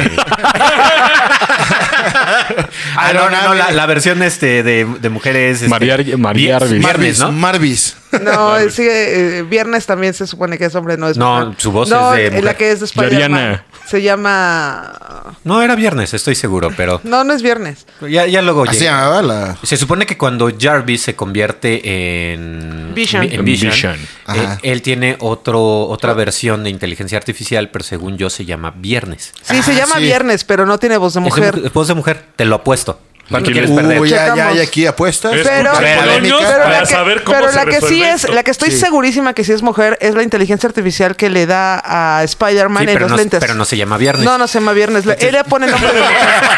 ah, no, no, no, la, la versión este de, de mujeres. Este, Mariar- Mariarvis. vi- Viernes, ¿no? Marvis. No, sí, eh, viernes también se supone que es hombre, no es No, mujer. su voz No, es de eh, mujer. la que es de Spider-Man. Yariana. Se llama... No, era viernes, estoy seguro, pero No, no es viernes. ya, ya luego Así se llega. llamaba la. Se supone que cuando Jarvis se convierte en Vision. en Vision, Vision. eh, Ajá. él tiene otro otra versión de inteligencia artificial, pero según yo se llama Viernes. Sí, Ah, se llama sí. viernes, pero no tiene voz de Es de mujer. mu- voz de mujer, te lo apuesto. ¿Cuánto Aquí quieres les- perder? Uh, ya, ya Checamos. hay aquí apuestas. Es Pero, mucha A ver, a ver, Polonios Mica, pero para la que, saber cómo pero se la que sí resuelve es, esto. la que estoy Sí. segurísima que sí es mujer es la inteligencia artificial que le da a Spider-Man Sí, en pero los no, lentes. pero no se llama Viernes. No, no se llama viernes. Le- Él le pone nombre de mujer.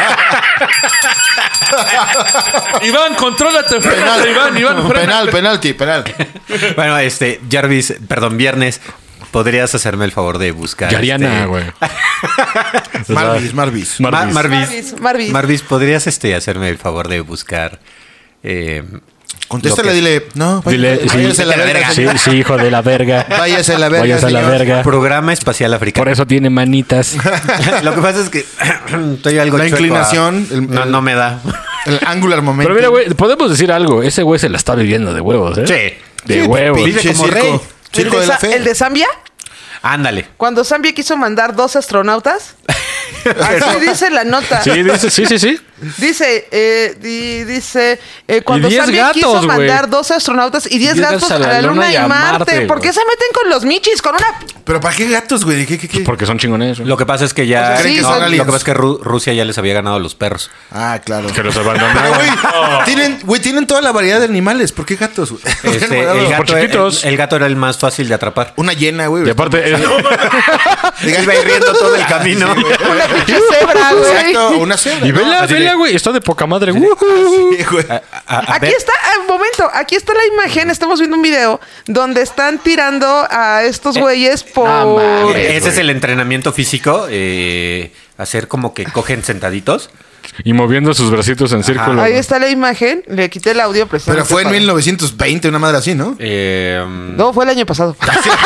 Iván, contrólate, frénate, Iván, Iván, frénate. Penal, penalti, penal. Bueno, este, Jarvis, perdón, Viernes, ¿podrías hacerme el favor de buscar? Yariana, este, güey. Marvis, Marvis. Ma- Marvis. Marvis. Marvis, Marvis. Marvis, ¿podrías este, hacerme el favor de buscar? Eh, Contéstale, lo que- dile. No, Dile, sí, váyase a la vete a la verga. verga. Sí, señor. sí, hijo de la verga. Váyase a la verga. Váyase a la señor. verga. Programa Espacial Africano. Por eso tiene manitas. Lo que pasa es que estoy algo La chueco a- inclinación, el- no, el- no me da. El angular momento. Pero mira, güey, podemos decir algo. Ese güey se la está viviendo de huevos, ¿eh? Sí. De Sí, huevos. vive pinche como circo. rey. ¿El Circo de, de la Sa- fe. el de Zambia? Ándale. Cuando Zambia quiso mandar dos astronautas. Así dice la nota. Sí, dice, sí, sí, sí. Dice, eh, di- dice, eh, cuando Y diez Zambia gatos, quiso güey. mandar dos astronautas y diez diez gatos a la Luna y a Marte. ¿Por qué güey. se meten con los michis? Con una... Pero ¿para qué gatos, güey? ¿Qué, qué, qué? Porque son chingones. güey. Lo que pasa es que ya. O sea, sí, no, son lo aliens. que pasa es que Ru- Rusia ya les había ganado a los perros. Ah, claro. Que los Pero, abandonaron. güey, tienen, güey, tienen toda la variedad de animales. ¿Por qué gatos, güey? Este, el, Por gato, chiquitos. el, el gato era el más fácil de atrapar. Una hiena, güey. Y aparte, es- Iba a ir riendo todo el camino. Una pinche cebra, güey. Exacto, una cebra. y ¿no? vela, así de- vela, güey. Está de poca madre. Sí, güey. A- a- a Aquí ver, está, ah, un momento, aquí está la imagen, estamos viendo un video donde están tirando a estos güeyes por... no mames. Ese es el entrenamiento físico. eh, hacer como que cogen sentaditos. Y moviendo sus bracitos en círculo. Ahí está la imagen, le quité el audio precisamente. Pero fue en para- mil novecientos veinte, una madre así, ¿no? Eh, um, No, fue el año pasado.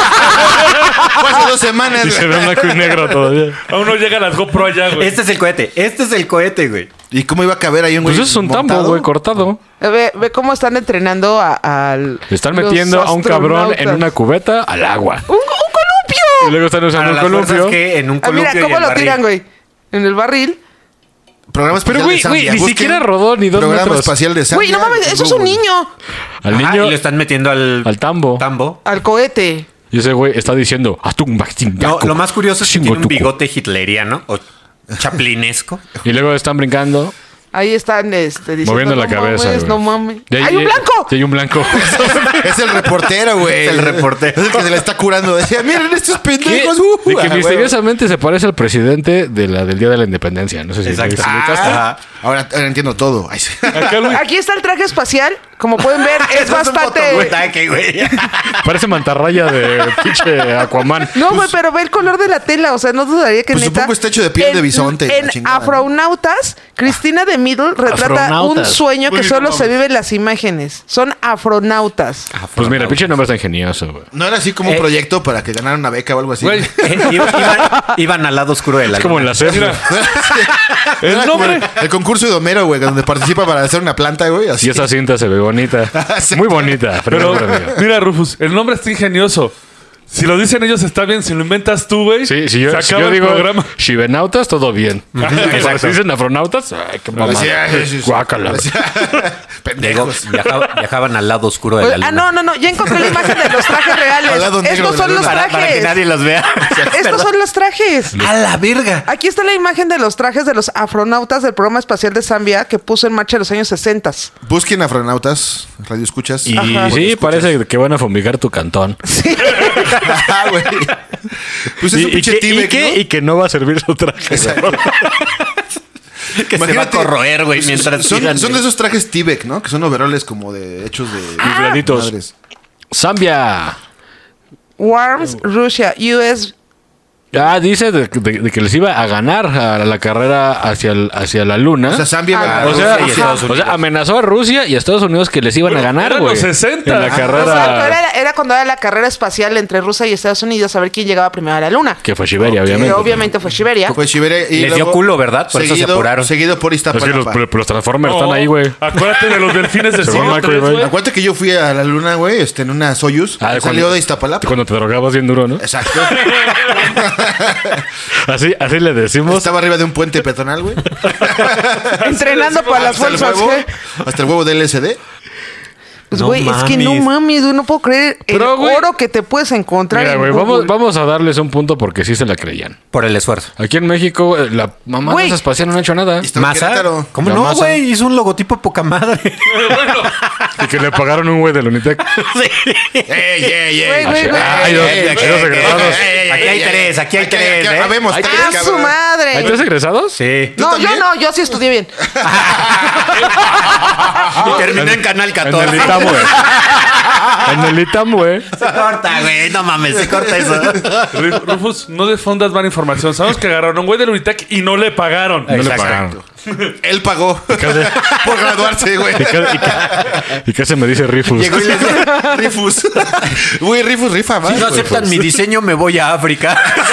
Fue hace dos semanas. Y se ve en blanco y negro todavía. Aún no llega las GoPro allá, güey. Este es el cohete. Este es el cohete, güey. ¿Y cómo iba a caber ahí un güey? Pues eso es un tambo, montado? güey, cortado. Ve, ve cómo están entrenando a- al... Le están los metiendo a un cabrón en astronautas. una cubeta al agua. ¡Un, un columpio! Y luego están usando Para un las columpio. fuerzas que en un Ah, columpio mira, y ¿cómo el lo barril. tiran, güey? En el barril. Programa espacial Pero, güey, de Zambia. güey, ni Busquen siquiera rodó ni dos Programa metros. espacial de Zambia. Güey, no mames, eso es un Google. niño. Al Ajá, niño, y lo están metiendo al, al tambo. tambo. Al cohete. Y ese güey está diciendo... "Atum, bactim, No, yaco, lo más curioso es que chingo tiene un tuco". bigote hitleriano o chaplinesco. Y luego están brincando, Ahí están este, diciendo, moviendo la no cabeza. mames, güey. no mames. Y ahí- ¡Hay un blanco! Sí, hay un blanco. Es el reportero, güey. Es el reportero. Es el que se le está curando. Decía, miren estos ¿Qué? pendejos. De Uh, que ah, misteriosamente se parece al presidente de la del Día de la Independencia. No sé si Exacto. si ubicaste. Ajá. Ahora, ahora entiendo todo. Ay, sí. Acá, güey. Aquí está el traje espacial. Como pueden ver, es bastante... Parece mantarraya de pinche Aquaman. No, güey, pero ve el color de la tela. O sea, no dudaría que Pues neta... supongo está hecho de piel de bisonte y la En chingada, ¿no? Afronautas, Cristina de Middle retrata un Afronautas. sueño que Uy, solo no se mames. vive en las imágenes. Son afronautas. Pues mira, el pinche nombre está ingenioso, güey. No era así como Eh. un proyecto para que ganaran una beca o algo así. Güey, Eh, iban, iban al lado oscuro de la Es como en luna. la serie. mira, Era el como nombre. el, el concurso de Homero, güey, donde participa para hacer una planta, güey. Así. Y esa cinta se ve bonita. Muy bonita. Pero, Pero, pero, mira, Rufus, el nombre está ingenioso. Si lo dicen ellos está bien, si lo inventas tú, güey, sí, si yo, se si acaba yo el digo programa. chivenautas, todo bien. Pero si dicen afronautas, ay, qué mamada. Así, ay, sí, sí. Guácala. Así. Digo, Pendejos. viajaba- viajaban al lado oscuro de la Oye, luna. ah, no, no, no. Ya encontré la imagen de los trajes reales. Al lado negro Estos de la son los luna. para, para que trajes. nadie los vea. Estos son los trajes. ¡A la verga! Aquí está la imagen de los trajes de los afronautas del programa espacial de Zambia que puso en marcha en los años sesenta. Busquen afronautas, radio escuchas. Y Ajá. sí, parece que van a fumigar tu cantón. Ah, güey. Pues es y, un y pinche que, y, Tíbet, que, ¿no? y que no va a servir su traje. Exacto. Que se va a Imagínate, corroer, güey, mientras son, tiran son de- de esos trajes T-Beck, ¿no? Que son overoles como de hechos de Infladitos. madres. Zambia. Worms, Rusia, U S. Ah, dice de, de- de que les iba a ganar a la carrera hacia, el- hacia la luna. O sea, Zambia Ah, ganó O sea, Rusia y Estados o sea, Unidos. amenazó a Rusia y a Estados Unidos que les iban a ganar, eran güey. los sesenta. En la Ah, carrera Exacto, era, era cuando era la carrera espacial entre Rusia y Estados Unidos a ver quién llegaba primero a la luna. que fue Siberia, Ok. Que obviamente. obviamente fue Siberia. Fue Siberia y Les dio luego culo, ¿verdad? Por eso se seguido- apuraron. Seguido por Pues sí, Iztapalapa. los, los Transformers No, están ahí, güey. Acuérdate de los delfines del Según siglo Michael tres, Bay. güey. Acuérdate que yo fui a la luna, güey, este, en una Soyuz. Ah, que cuando- salió de Iztapalapa. Cuando te drogabas bien duro, ¿no? Exacto. Así, así le decimos. Estaba arriba de un puente peatonal, güey. Entrenando para las Hasta el fuerzas. huevo, ¿eh? hasta el huevo de L S D. Pues, No güey, es que no mames. mames, güey, no puedo creer el Pero, güey, oro que te puedes encontrar. Mira, en güey, Google. vamos, vamos a darles un punto porque sí se la creían. Por el esfuerzo. Aquí en México, eh, la mamá Güey. espacial no ha hecho nada. Estaba en ¿Masa? Querétaro. ¿Cómo La no, masa. güey? Hizo un logotipo poca madre. Y que le pagaron un güey del Unitec. ¡Ey, ey, ey! Güey, güey, güey. Hay dos- hay dos egresados. Aquí hay tres, aquí hay tres, ¿eh? Habemos tres, ¡Ah, su cabrón. madre! ¿Hay tres egresados? Sí. No, yo también? no, yo sí estudié bien. Y terminó en Canal En catorce. el ITAM, güey. En el ITAM, güey. Se corta, güey. No mames, se corta eso. Ru- Rufus, no difundas mala información. Sabemos que agarraron a un güey del Unitec y no le pagaron. No le Exacto. pagaron. Él pagó por graduarse, güey. ¿Y qué, y qué- y qué se me dice Rifus? Llegó y les dijo, Rifus. Güey, Rifus rifa, más. si no güey. aceptan mi diseño, me voy a África.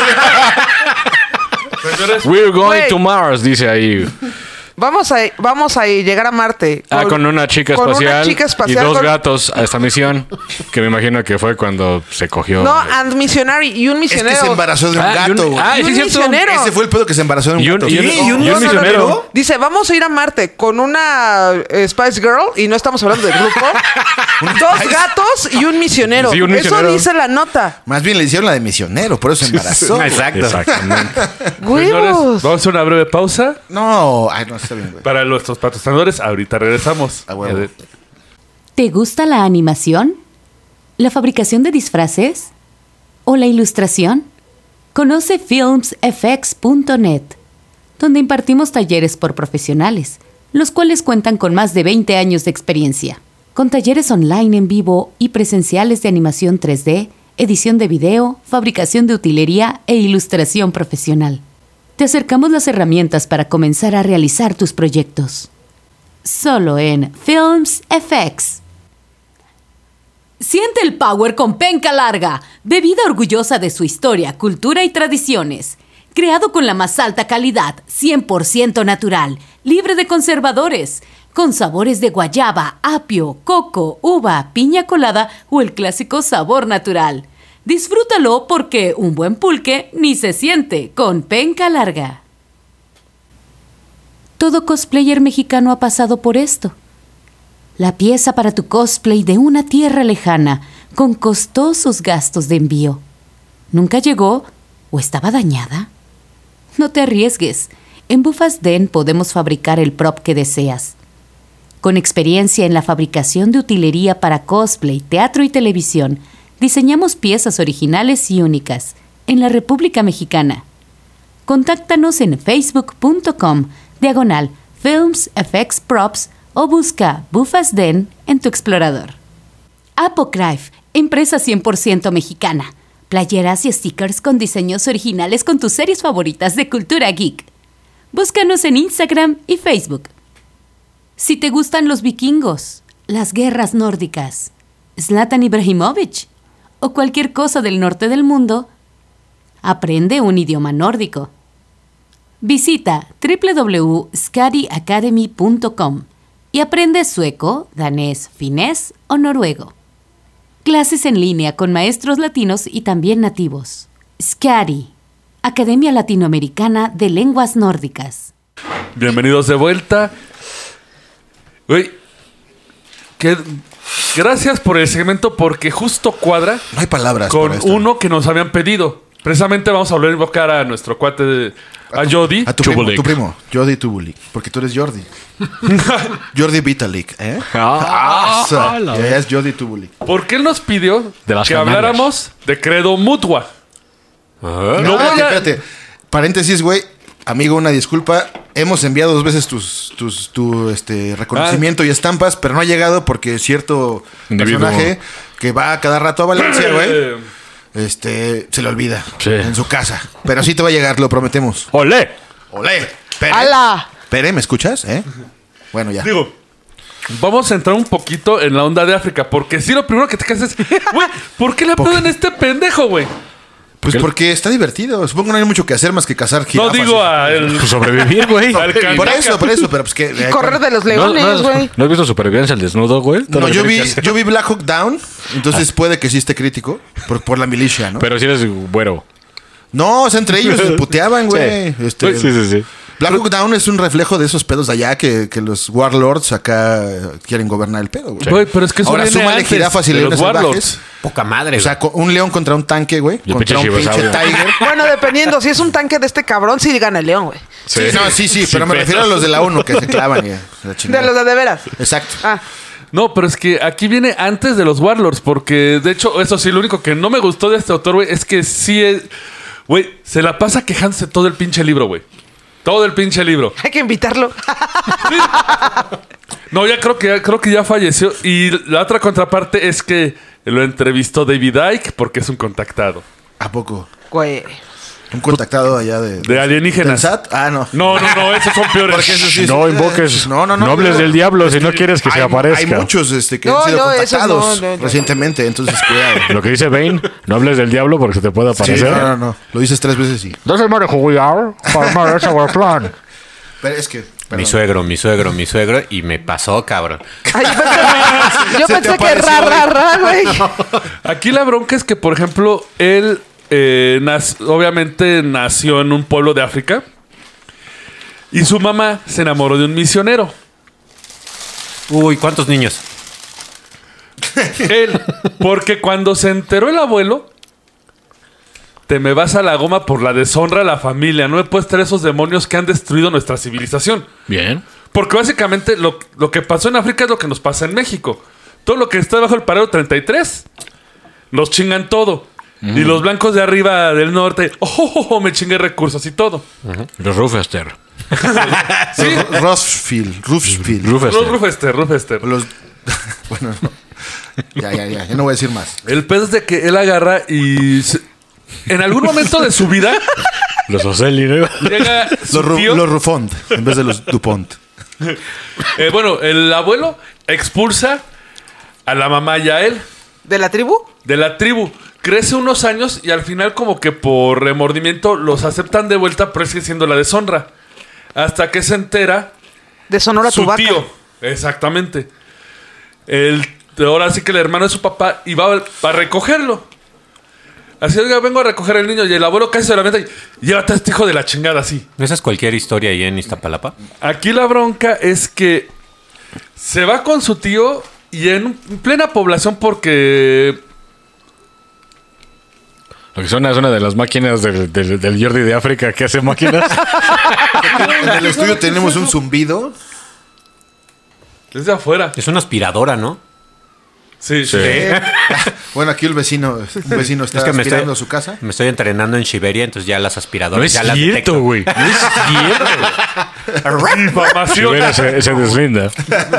Señores, We're going Güey. to Mars, dice ahí. Vamos a, vamos a llegar a Marte. Ah, con una chica con espacial, una chica espacial y dos con- gatos a esta misión. Que me imagino que fue cuando se cogió. No, and missionary y un Es que misionero. se embarazó de un Ah, y un- gato, güey. ah, Y sí, un es cierto. misionero. Ese fue el pedo que se embarazó de un Y un, gato. y un- ¿Y un y un misionero. misionero? Dice, vamos a ir a Marte con una eh, Spice Girl, y no estamos hablando del grupo. Dos gatos y un misionero. Sí, un Eso misionero. dice la nota. Más bien le hicieron la de misionero, por eso se embarazó. güey. Exacto. Exactamente. señores, Huevos. vamos a hacer una breve pausa No, ay, no, está bien, güey. para nuestros patrocinadores. Ahorita regresamos. A huevo. ¿Te gusta la animación? ¿La fabricación de disfraces? ¿O la ilustración? Conoce films f x punto net, donde impartimos talleres por profesionales, los cuales cuentan con más de veinte años de experiencia, con talleres online en vivo y presenciales de animación tres D, edición de video, fabricación de utilería e ilustración profesional. Te acercamos las herramientas para comenzar a realizar tus proyectos. Solo en Films F X. Siente el power con penca larga, bebida orgullosa de su historia, cultura y tradiciones. Creado con la más alta calidad, cien por ciento natural, libre de conservadores, con sabores de guayaba, apio, coco, uva, piña colada o el clásico sabor natural. Disfrútalo porque un buen pulque ni se siente con penca larga. Todo cosplayer mexicano ha pasado por esto. La pieza para tu cosplay de una tierra lejana, con costosos gastos de envío. ¿Nunca llegó o estaba dañada? No te arriesgues. En Bufas Den podemos fabricar el prop que deseas. Con experiencia en la fabricación de utilería para cosplay, teatro y televisión, diseñamos piezas originales y únicas en la República Mexicana. Contáctanos en facebook punto com diagonal Films, Effects, Props o busca Bufas Den en tu explorador. Apocryph, empresa cien por ciento mexicana. Playeras y stickers con diseños originales con tus series favoritas de cultura geek. Búscanos en Instagram y Facebook. Si te gustan los vikingos, las guerras nórdicas, Zlatan Ibrahimovic o cualquier cosa del norte del mundo, aprende un idioma nórdico. Visita doble u doble u doble u punto skadi academy punto com y aprende sueco, danés, finés o noruego. Clases en línea con maestros latinos y también nativos. Skadi, Academia Latinoamericana de Lenguas Nórdicas. Bienvenidos de vuelta. Güey, que gracias por el segmento porque justo cuadra No hay palabras con para esto. uno que nos habían pedido. Precisamente vamos a volver a invocar a nuestro cuate, de, a Jordi. A tu primo, Tubulik. tu primo, Jordi Tubulik. Porque tú eres Jordi. Jordi Vitalik, ¿eh? Ah, O sea, la ya es Jordi Tubulik. Porque él nos pidió De las que canarias. habláramos de credo mutua. Ah, No Ah, voy a- espérate. Paréntesis, güey. Amigo, una disculpa. Hemos enviado dos veces tus, tus, tu este, reconocimiento y estampas, pero no ha llegado porque cierto Individuo. personaje que va cada rato a Valencia, güey, Eh, este, se le olvida Sí. en su casa. Pero sí te va a llegar, lo prometemos. ¡Olé! ¡Olé! Pere. ¡Hala! Pere, ¿me escuchas? ¿Eh? Bueno, ya. Digo, vamos a entrar un poquito en la onda de África. Porque sí, lo primero que te quedas es, güey, ¿por qué le aplauden a este pendejo, güey? Pues porque está divertido. Supongo que no hay mucho que hacer más que cazar No jirafas. digo a el... Pues sobrevivir, güey. al Por candaca. eso, por eso, pero pues que... Y correr de los ¿No, leones, no, güey. ¿No has visto Supervivencia al desnudo, güey? Todo No, lo que yo vi, tienes que hacer. yo vi Black Hawk Down, entonces puede que sí esté crítico por, por la milicia, ¿no? Pero si eres güero. No, o sea, entre ellos se puteaban, güey. Este, Sí, sí, sí. Black Hawk Down es un reflejo de esos pedos de allá que, que los warlords acá eh, quieren gobernar el pedo, güey. Güey, pero es que eso Ahora viene súmale antes jirafas y de leones los salvajes. warlords. poca madre. O sea, co- un león contra un tanque, güey. Y el Contra un pinche pinche Chivasaurio. tiger. Bueno, dependiendo. Si es un tanque de este cabrón, sí gana el león, güey. Sí, no, sí, sí, pero me refiero a los de la ONU que se clavan y la De chingada. los de, de veras. Exacto. Ah, No, pero es que aquí viene antes de los Warlords, porque de hecho, eso sí, lo único que no me gustó de este autor, güey, es que sí es. Güey, se la pasa quejándose todo el pinche libro, güey. Todo el pinche libro. hay que invitarlo. No, ya creo que ya, creo que ya falleció. Y la otra contraparte es que lo entrevistó David Icke porque es un contactado. ¿A poco? Güey. Un contactado allá de... De alienígenas. ¿Del S A T? Ah, no. No, no, no, esos son peores. Porque eso sí es- No invoques. No, no, no. No hables no. del diablo si no quieres que se Hay- aparezca. Hay muchos este, que No, han sido no, esos contactados no, no, no. recientemente, entonces cuidado. Lo que dice Bane, no hables del diablo porque se te puede Sí, aparecer. no, no, no. Lo dices tres veces y... Doesn't matter who we are, farmer, it's our plan. Pero es que... Mi perdón. suegro, mi suegro, mi suegro. Y me pasó, cabrón. Ay, yo pensé, yo Se te pensé que apareció, ra, ra, ra, güey. Aquí la bronca es que, por ejemplo, él eh, nac- obviamente nació en un pueblo de África y su mamá se enamoró de un misionero. Uy, ¿cuántos niños? Él, porque cuando se enteró el abuelo, te me vas a la goma por la deshonra a la familia. No me puedes traer esos demonios que han destruido nuestra civilización. Bien. Porque básicamente lo, lo que pasó en África es lo que nos pasa en México. Todo lo que está debajo del parado treinta y tres, nos chingan todo. Y los blancos de arriba del norte, oh, oh, oh, oh, me chingué recursos y todo. Los Rufester. Sí, Ro- Rothschild, Rothschild. Rufester. Ru- Rufester, Rufester. Los... bueno, no. Ya, ya, ya. Ya no voy a decir más. El pedo es de que él agarra y se- en algún momento de su vida Los Ocelli, ¿no? llega su Los, Ru- tío. los Rufont, en vez de los Dupont. Eh, bueno, el abuelo expulsa a la mamá y a él ¿De la tribu? de la tribu. Crece unos años y al final como que por remordimiento los aceptan de vuelta, pero sigue siendo la deshonra. Hasta que se entera De Sonora su Tubaca. tío. Exactamente. El, ahora sí que el hermano de su papá iba a, a recogerlo. Así, oiga, vengo a recoger al niño. Y el abuelo casi se la mete y llévate a este hijo de la chingada así. ¿No esa es cualquier historia ahí en Iztapalapa? Aquí la bronca es que se va con su tío y en plena población porque... Lo que suena es una de las máquinas del, del, del Jordi de África que hace máquinas. En el estudio tenemos un zumbido. Es de afuera. Es una aspiradora, ¿no? Sí, Sí. sí. Bueno, aquí el vecino, un vecino está Es que me aspirando estoy, a su casa. me estoy entrenando en Siberia, entonces ya las aspiradoras No es ya las cierto, detecto. güey. No es cierto. Si Información. hubiera se, se deslinda.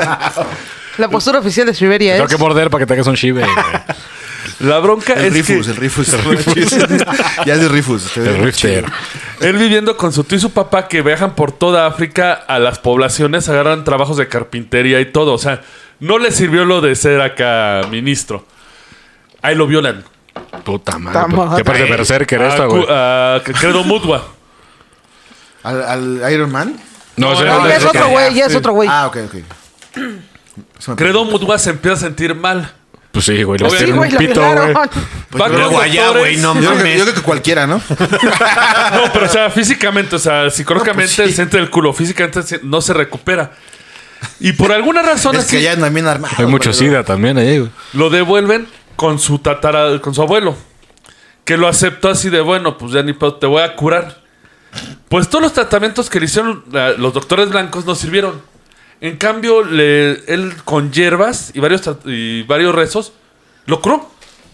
La postura oficial de Siberia Tengo es... que morder para que te hagas un chive. La bronca El es Rifus, que el Rifus. Ya es de Rifus. te El veo Rifter. él viviendo con su tío y su papá que viajan por toda África a las poblaciones, agarran trabajos de carpintería y todo. O sea, no le sirvió lo de ser acá ministro. Ahí lo violan. Puta madre. Ta pues, madre. ¿Qué parece berserker A esta, cu- güey? a Credo Mutua. ¿Al, al Iron Man? No, ese no, no, Ya es es otro güey, ya es otro güey. Ah, ok, ok. Se me Credo Mutua se empieza a sentir mal. Pues sí, güey. Le Sí, Sí, tienen güey, un lo pito, güey. violaron. Pues Va yo con creo- Luego allá, doctores. güey, no Yo creo, que, mames. yo creo que cualquiera, ¿no? No, pero o sea, físicamente, o sea, psicológicamente No, pues sí. el centro del culo, físicamente se- no se recupera. Y por alguna razón Es así, que ya andan bien armados. Hay mucho pero- sida también ahí, güey. lo devuelven con su tatara, con su abuelo. Que lo aceptó así de bueno, pues ya ni pedo, te voy a curar. Pues todos los tratamientos que le hicieron la- los doctores blancos no sirvieron. En cambio, le, él con hierbas y varios, tra- y varios rezos lo curó.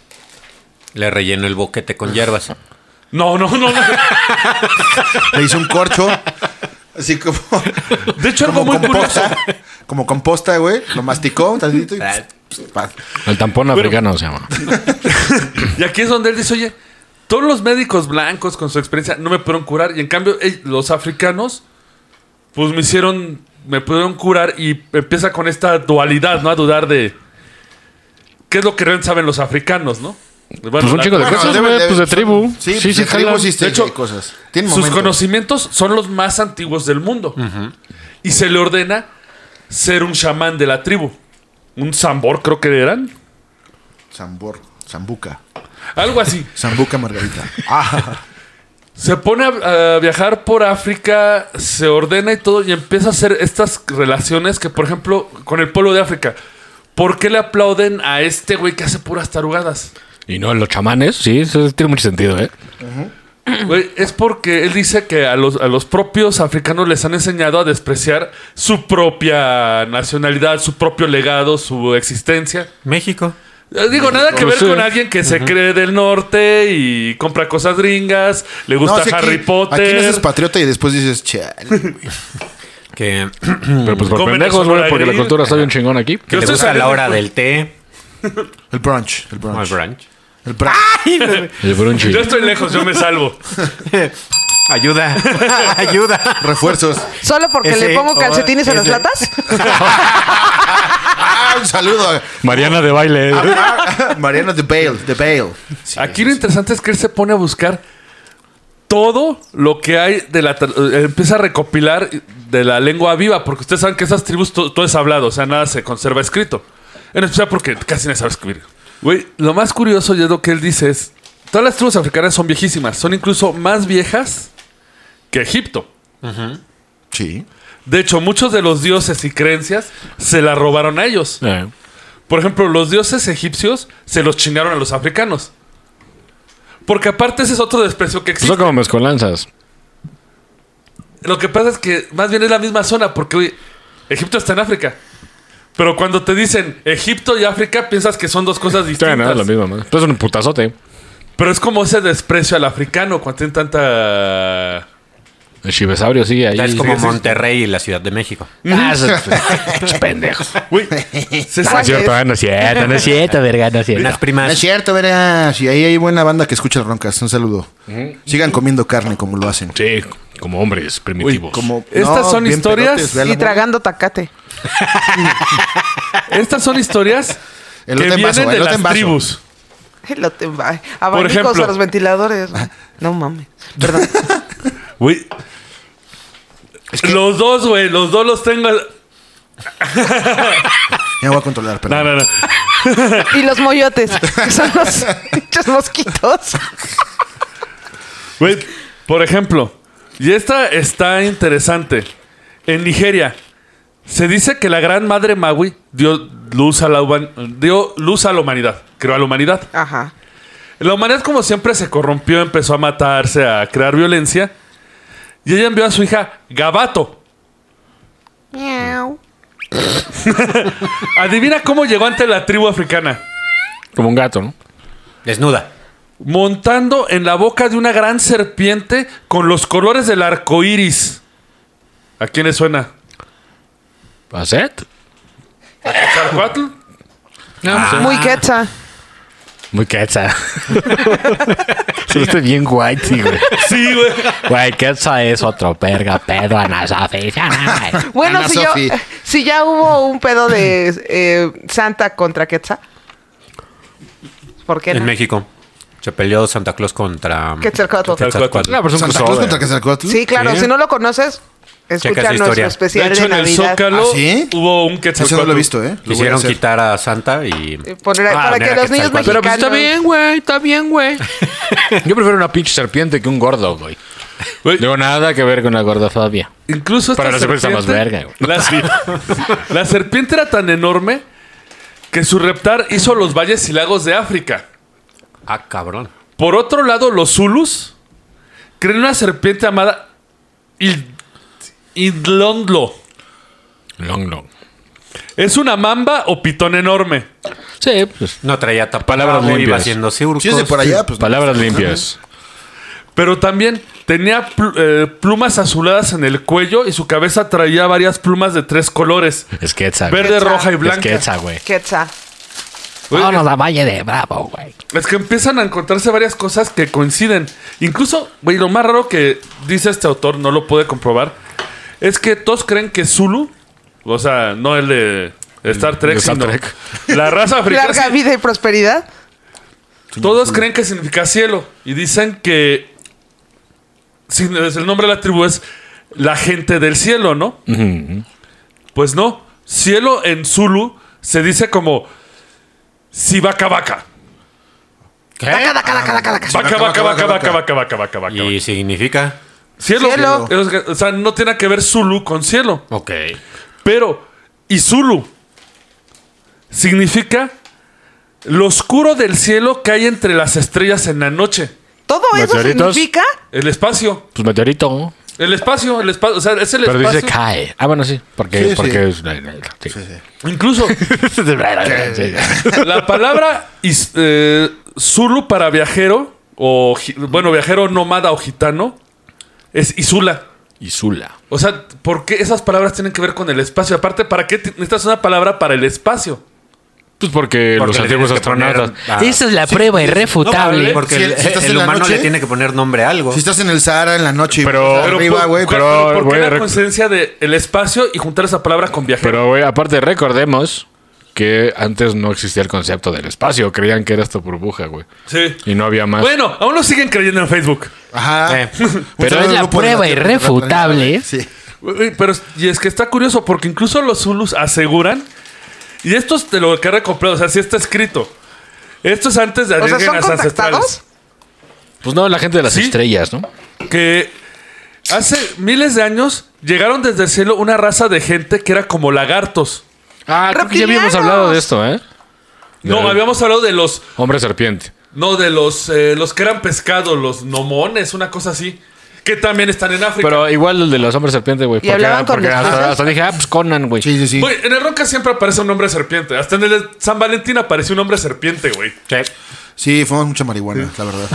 Le relleno el boquete con hierbas. No, no, no, no. Le hizo un corcho. Así como. De hecho, algo como muy curioso. composta. Como composta, güey. Lo masticó un tantito y. Ah. pa- El tampón africano se llama. Y aquí es donde él dice, oye, todos los médicos blancos con su experiencia no me pudieron curar. Y en cambio, ell- los africanos, pues me hicieron, me pudieron curar. Y empieza con esta dualidad, ¿no? A dudar de qué es lo que realmente saben los africanos, ¿no? Bueno, Pues un la- chico de Bueno, cosas, debe- güey. debe- Pues de son- tribu. Sí, sí, sí, sí, de tribu jalan. sí, De hecho, hay cosas. Tienen sus momentos. conocimientos son los más antiguos del mundo. Y se le ordena ser un chamán de la tribu. Un zambor, creo que eran. Zambor. Zambuca. Algo así. Zambuca Margarita. Ah, Se pone a, a viajar por África, se ordena y todo, y empieza a hacer estas relaciones que, por ejemplo, con el pueblo de África. ¿Por qué le aplauden a este güey que hace puras tarugadas? Y no, los chamanes, sí, eso tiene mucho sentido, ¿eh? Güey, es porque él dice que a los, a los propios africanos les han enseñado a despreciar su propia nacionalidad, su propio legado, su existencia. México. Eh, Digo, nada que ver Sí. con alguien que se cree del norte y compra cosas gringas, le gusta no, sí, aquí- Harry Potter. Aquí naces patriota y después dices, chale. güey". Que, Pero pues por Comen pendejos, eso güey, para porque la gris. cultura está bien chingón aquí. que le estoy gusta la saliendo hora con- del té. El brunch. El O el brunch. brunch. El brunch. El brunchi. Yo estoy lejos, yo me salvo. Ayuda. Ayuda. Refuerzos. ¿Solo porque Ese, le pongo o calcetines a las ese. latas? Ah, un saludo a Mariana de baile. ¿eh? a Mariana de Bale. De Bale. Sí, Aquí sí, lo sí. interesante es que él se pone a buscar todo lo que hay de la... tra- eh, Empieza a recopilar de la lengua viva, porque ustedes saben que esas tribus to- todo es hablado, o sea, nada se conserva escrito. En especial porque casi nadie sabe escribir. Güey, lo más curioso y es lo que él dice es... Todas las tribus africanas son viejísimas, son incluso más viejas que Egipto. Sí. De hecho, muchos de los dioses y creencias se la robaron a ellos. Eh. Por ejemplo, los dioses egipcios se los chingaron a los africanos. Porque aparte ese es otro desprecio que Pues existe. son como mezcolanzas. Lo que pasa es que más bien es la misma zona, porque oye, Egipto está en África. Pero cuando te dicen Egipto y África, piensas que son dos cosas Sí, distintas. no, es lo mismo, man. Pues es un putazote. Pero es como ese desprecio al africano cuando tienen tanta... El chivesaurio sigue ahí. Es como Sí, sí. Monterrey y la Ciudad de México. Ah, esos pinches pendejos. Uy, se No sabe- es cierto, ah, no es cierto, no es cierto, verga, no es cierto. Unas No es primas. cierto, verás. Y ahí hay buena banda que escucha el Roncas. Un saludo. Sigan comiendo carne como lo hacen. Sí, como hombres primitivos. Como, Estas son bien historias pedotes, ve a la Y tragando tacate. Estas son historias que Elote en vienen vaso, de elote las en vaso. tribus. Elote en va- Abanicos ejemplo. a los ventiladores. No mames. Perdón. Güey. Los dos, güey, los dos los tengo... Ya me voy a controlar, No, perdón. no, no. Y los moyotes, que son los pinches mosquitos. Güey, por ejemplo, y esta está interesante. En Nigeria, se dice que la gran madre Maui dio luz a la, human- dio luz a la humanidad, creó a la humanidad. Ajá. La humanidad, como siempre, se corrompió, empezó a matarse, a crear violencia. Y ella envió a su hija Gabato. Miau. Adivina cómo llegó ante la tribu africana. Como un gato, ¿no? Desnuda. montando en la boca de una gran serpiente con los colores del arco iris. ¿A quién le suena? ¿A Set? ¿A Quetzalcóatl? No, sí. Muy quecha. Muy quetzal. Estuviste bien guay, sí, güey. Sí, güey. Güey, quetzal es otro verga pedo Ana Sofi. Bueno, Ana si, yo, Sofi. si ya hubo un pedo de eh, Santa contra Quetzal. ¿Por qué En no? México. Se peleó Santa Claus contra... Quetzalcóatl. Quetzalcóatl. No, pero es un Santa Claus crossover. contra Quetzalcóatl. Sí, claro. Sí. Si no lo conoces, escucha Checa esa nuestro historia. De especial de, hecho, en el Navidad. Zócalo ¿Ah, sí? hubo un Eso Quetzalcóatl. no lo he visto, ¿eh? Lo voy a Quisieron hacer. quitar a Santa y... Y poner- Ah, para mira, que los niños Quetzalcóatl. Pero pues mexicanos... está bien, güey. Está bien, güey. Yo prefiero una pinche serpiente que un gordo, güey. Güey, Digo, nada que ver con la gordofobia. incluso esta Para la serpiente está más verga, güey. La, la serpiente era tan enorme que su reptar hizo los valles y lagos de África. Ah, cabrón. Por otro lado, los Zulus creen una serpiente llamada Id- Idlondlo. Long, long. Es una mamba o pitón enorme. Sí, pues. No traía tapa. Palabras Iba limpias. haciendo surcos. Si es de por allá, pues... no. Palabras limpias. Pero también tenía pl- eh, plumas azuladas en el cuello y su cabeza traía varias plumas de tres colores. Es quetzal. güey. Verde, Quetzal. roja y Es blanca. quetzal, güey. Quetzal. Güey, Vámonos a Valle de Bravo, güey. Es que empiezan a encontrarse varias cosas que coinciden. Incluso, güey, lo más raro que dice este autor, no lo puede comprobar, es que todos creen que Zulu, o sea, no el de Star Trek, de Star sino Trek. la raza africana, Larga vida y prosperidad. todos creen que significa cielo. Y dicen que si- el nombre de la tribu es la gente del cielo, ¿no? Pues no. Cielo en Zulu se dice como Sibaka Baka. ¿Qué? Vaca, vaca, vaca, vaca, vaca, vaca, vaca, vaca, vaca. Y significa... Cielo. Cielo. Es- O sea, no tiene que ver Zulu con cielo. Ok. Pero, y Zulu significa lo oscuro del cielo que hay entre las estrellas en la noche. ¿Todo eso Meteoritos. significa? El espacio. Pues meteorito. El espacio, el espacio. O sea, es el Pero espacio. dice cae. Ah, bueno, sí. Porque, Sí, sí. porque es. Sí. Incluso la palabra is- eh, Zulu para viajero, o gi- bueno, viajero nómada o gitano, es Isula. Y Zula. O sea, ¿por qué esas palabras tienen que ver con el espacio? Aparte, ¿para qué te- necesitas una palabra para el espacio? Pues porque, Porque los le antiguos tienes que poner- astronautas. ah, Esa es la prueba irrefutable. Porque Si- el, si estás el en la humano noche- le tiene que poner nombre a algo. Si estás en el Sahara en la noche y Pero- vas arriba, por- güey... pero, pero- ¿por voy qué a la rec- coincidencia de el espacio y juntar esa palabra con viajero? Pero, güey, aparte, recordemos que antes no existía el concepto del espacio. Creían que era esta burbuja, güey. Sí. Y no había más. Bueno, aún lo siguen creyendo en Facebook. Ajá. Eh. Un Pero saludo es al la grupo de prueba Tierra irrefutable. Sí. Güey, Pero, y es que está curioso porque incluso los Zulus aseguran, y esto es de lo que he recopilado, o sea, sí está escrito. Esto es antes de O sea, ¿son alienígenas contactados? ancestrales. Pues no, la gente de las Sí. estrellas, ¿no? Que hace miles de años llegaron desde el cielo una raza de gente que era como lagartos. Ah, creo que ya habíamos ¡Reptilianos! hablado de esto, ¿eh? No, Del habíamos hablado de los. Hombre serpiente. No, de los, eh, los que eran pescados, los nomones, una cosa así. Que también están en África. Pero igual el de los hombres serpiente, güey. ¿Y Porque, hablaban con porque los hasta, peces? hasta dije, ah, pues Conan, güey. Sí, sí, sí. Güey, en el Ronca siempre aparece un hombre serpiente. Hasta en el de San Valentín apareció un hombre serpiente, güey. Sí. Sí, fumamos mucha marihuana, la verdad.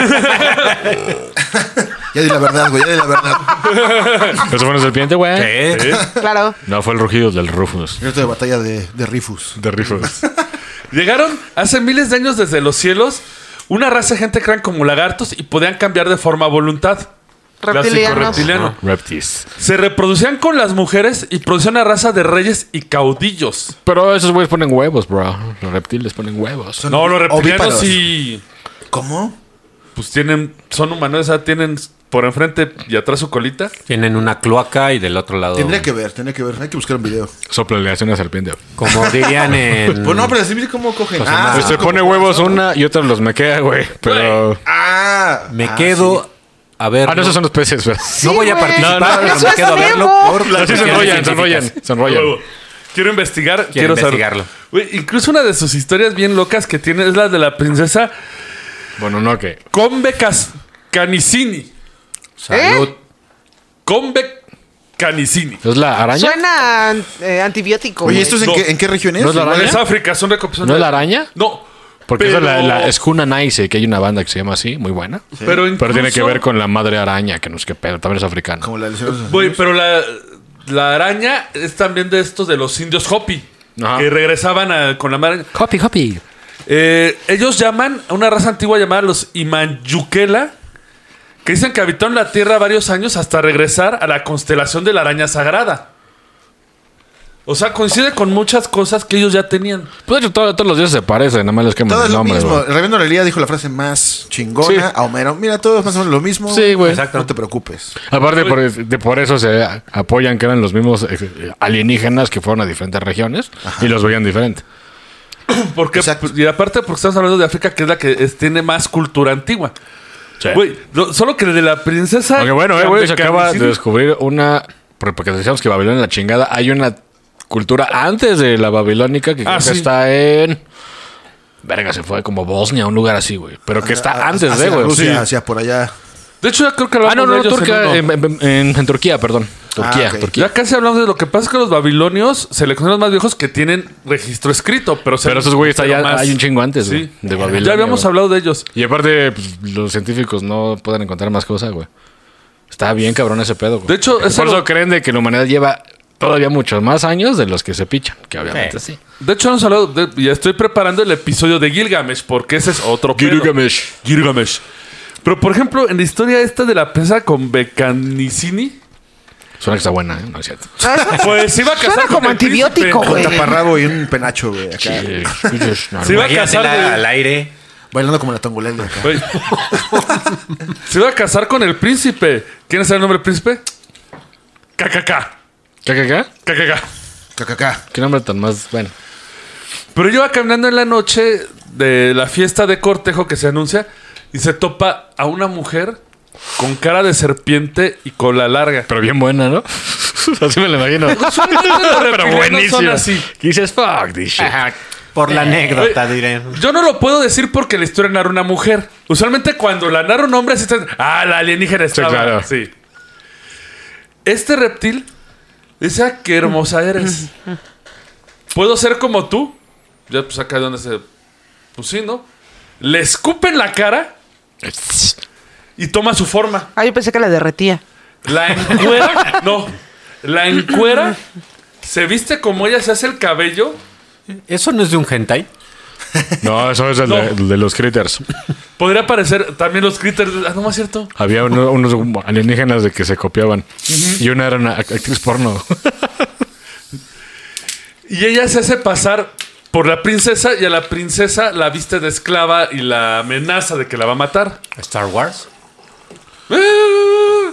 Ya di la verdad, güey, ya di la verdad. ¿Eso fue una serpiente, güey? Sí. Claro. No, fue el rugido del Rufus. Esto de batalla de, de Rifus. De Rufus. Llegaron hace miles de años desde los cielos una raza de gente que eran como lagartos y podían cambiar de forma a voluntad. Clásico Reptilianos. reptiliano. Reptis. Se reproducían con las mujeres y producían una raza de reyes y caudillos. Pero esos güeyes ponen huevos, bro. Los reptiles ponen huevos. Son No, los reptilianos ovíparos. sí. ¿Cómo? Pues tienen. Son humanos, o sea, tienen por enfrente y atrás su colita. Tienen una cloaca y del otro lado... Tendría que ver, tendría que ver. Hay que buscar un video. Sóplale, hace una serpiente. Como dirían en... Pues no, pero así mire cómo cogen. Pues Ah, no. Pues sí, se como pone por huevos eso. una y otra los mequea, güey. Pero. Ah. Me ah, quedo sí. a ver... Ah, no, esos son los peces, güey. No voy a güey. participar, No, no, pero eso me es quedo a verlo Nemo. por las Así se cuestiones enrollan, se enrollan, científicas. se enrollan. Luego, quiero investigar. Quiero quiero saber- investigarlo. Güey, incluso una de sus historias bien locas que tiene es la de la princesa Bueno, no, que. Combe Cas- Canicini. Salud. Combe Canicini. ¿Es la araña? Suena eh, antibiótico. Oye, güey. ¿esto es en, No. qué, en qué región es? ¿No es la No araña? es África, son recopilaciones. ¿No es la araña? No. Porque Pero- esa es la, la Skuna Nice, que hay una banda que se llama así, muy buena. Pero, incluso, Pero tiene que ver con la madre araña, que no es que pedo, también es africana. Como la lesión. Güey, pero la, la araña es también de estos de los indios Hopi. Ajá. Que regresaban a- con la madre. Hopi, hopi. Eh, ellos llaman a una raza antigua llamada los Imanjukela, que dicen que habitaron la Tierra varios años hasta regresar a la constelación de la araña sagrada. O sea, coincide con muchas cosas que ellos ya tenían. Pues de hecho, todo- todos los días se parecen, nada más les cambian Todo es el lo nombre, mismo. güey. Reverendo Lelía dijo la frase más chingona Sí. a Homero. Mira, todo es más o menos lo mismo. Sí, güey. Exacto. No te preocupes. Aparte, por, de- por eso se apoyan que eran los mismos eh, alienígenas que fueron a diferentes regiones y los veían diferente. Porque, Exacto. y aparte porque estamos hablando de África, que es la que es- tiene más cultura antigua. Sí. Güey, lo- solo que de la princesa... Aunque bueno, eh, güey, se acaba de Canicini- descubrir una... Porque decíamos que Babilonia es la chingada. Hay una cultura antes de la babilónica que Ah, creo que sí. está en... Verga, se fue como Bosnia, un lugar así, güey. Pero que está antes hacia de, güey. Rusia, Sí. hacia por allá. De hecho, ya creo que Ah, hablamos no, de no, ellos Turquía, en uno. en, en- en- en Turquía, perdón. Turquía, ok. Turquía. Ya casi hablamos de lo que pasa es que los babilonios se le conocen los más viejos que tienen registro escrito, pero... se- Pero esos güeyes pero ya más- hay un chingo antes, güey, Sí. de Babilonia, Ya habíamos güey. hablado de ellos. Y aparte, pues, los científicos no pueden encontrar más cosas, güey. Está bien cabrón ese pedo, güey. De hecho, por eso eso lo- creen de que la humanidad lleva todavía muchos más años de los que se pichan, que obviamente sí. De hecho, hemos hablado de- y estoy preparando el episodio de Gilgamesh, porque ese es otro pedo. Gilgamesh. Gilgamesh. Pero, por ejemplo, en la historia esta de la princesa con Becanicini, Suena que está buena, ¿eh? No es cierto. pues se iba a casar Suena con como el antibiótico, príncipe. Con güey. taparrabo y un penacho, güey. Acá. Sí, escuchas, no, Sí, no. va a casar, Imagínatela güey. al aire. Bailando como la tongolele acá. Güey. Se iba a casar con el príncipe. ¿Quién es el nombre del príncipe? K K K. ¿Qué, qué, qué? K K K. Cacacá. ¿Qué nombre tan más? Bueno. Pero ella va caminando en la noche de la fiesta de cortejo que se anuncia y se topa a una mujer con cara de serpiente y cola larga. Pero bien buena, ¿no? Así me lo imagino. Pero buenísimo. Son así. ¿Qué dices? Fuck this shit. Ajá, por la anécdota, Oye, diré. Yo no lo puedo decir porque la historia narra una mujer. Usualmente cuando la narra un hombre, así está, ah, la alienígena estaba. claro. Sí. Este reptil dice, ah, qué hermosa eres. ¿Puedo ser como tú? Ya, pues acá de donde se... Pues sí, ¿no? Le escupe en la cara y toma su forma. Ah, yo pensé que la derretía. La encuera. No. La encuera. Se viste como ella, se hace el cabello. ¿Eso no es de un hentai? No, eso es el, No. de, el de los critters. Podría parecer también los critters. Ah, no, no es cierto. Había uno- unos alienígenas de que se copiaban. Y una era una act- actriz porno. Y ella se hace pasar por la princesa y a la princesa la viste de esclava y la amenaza de que la va a matar. ¿Star Wars? ¡Ah!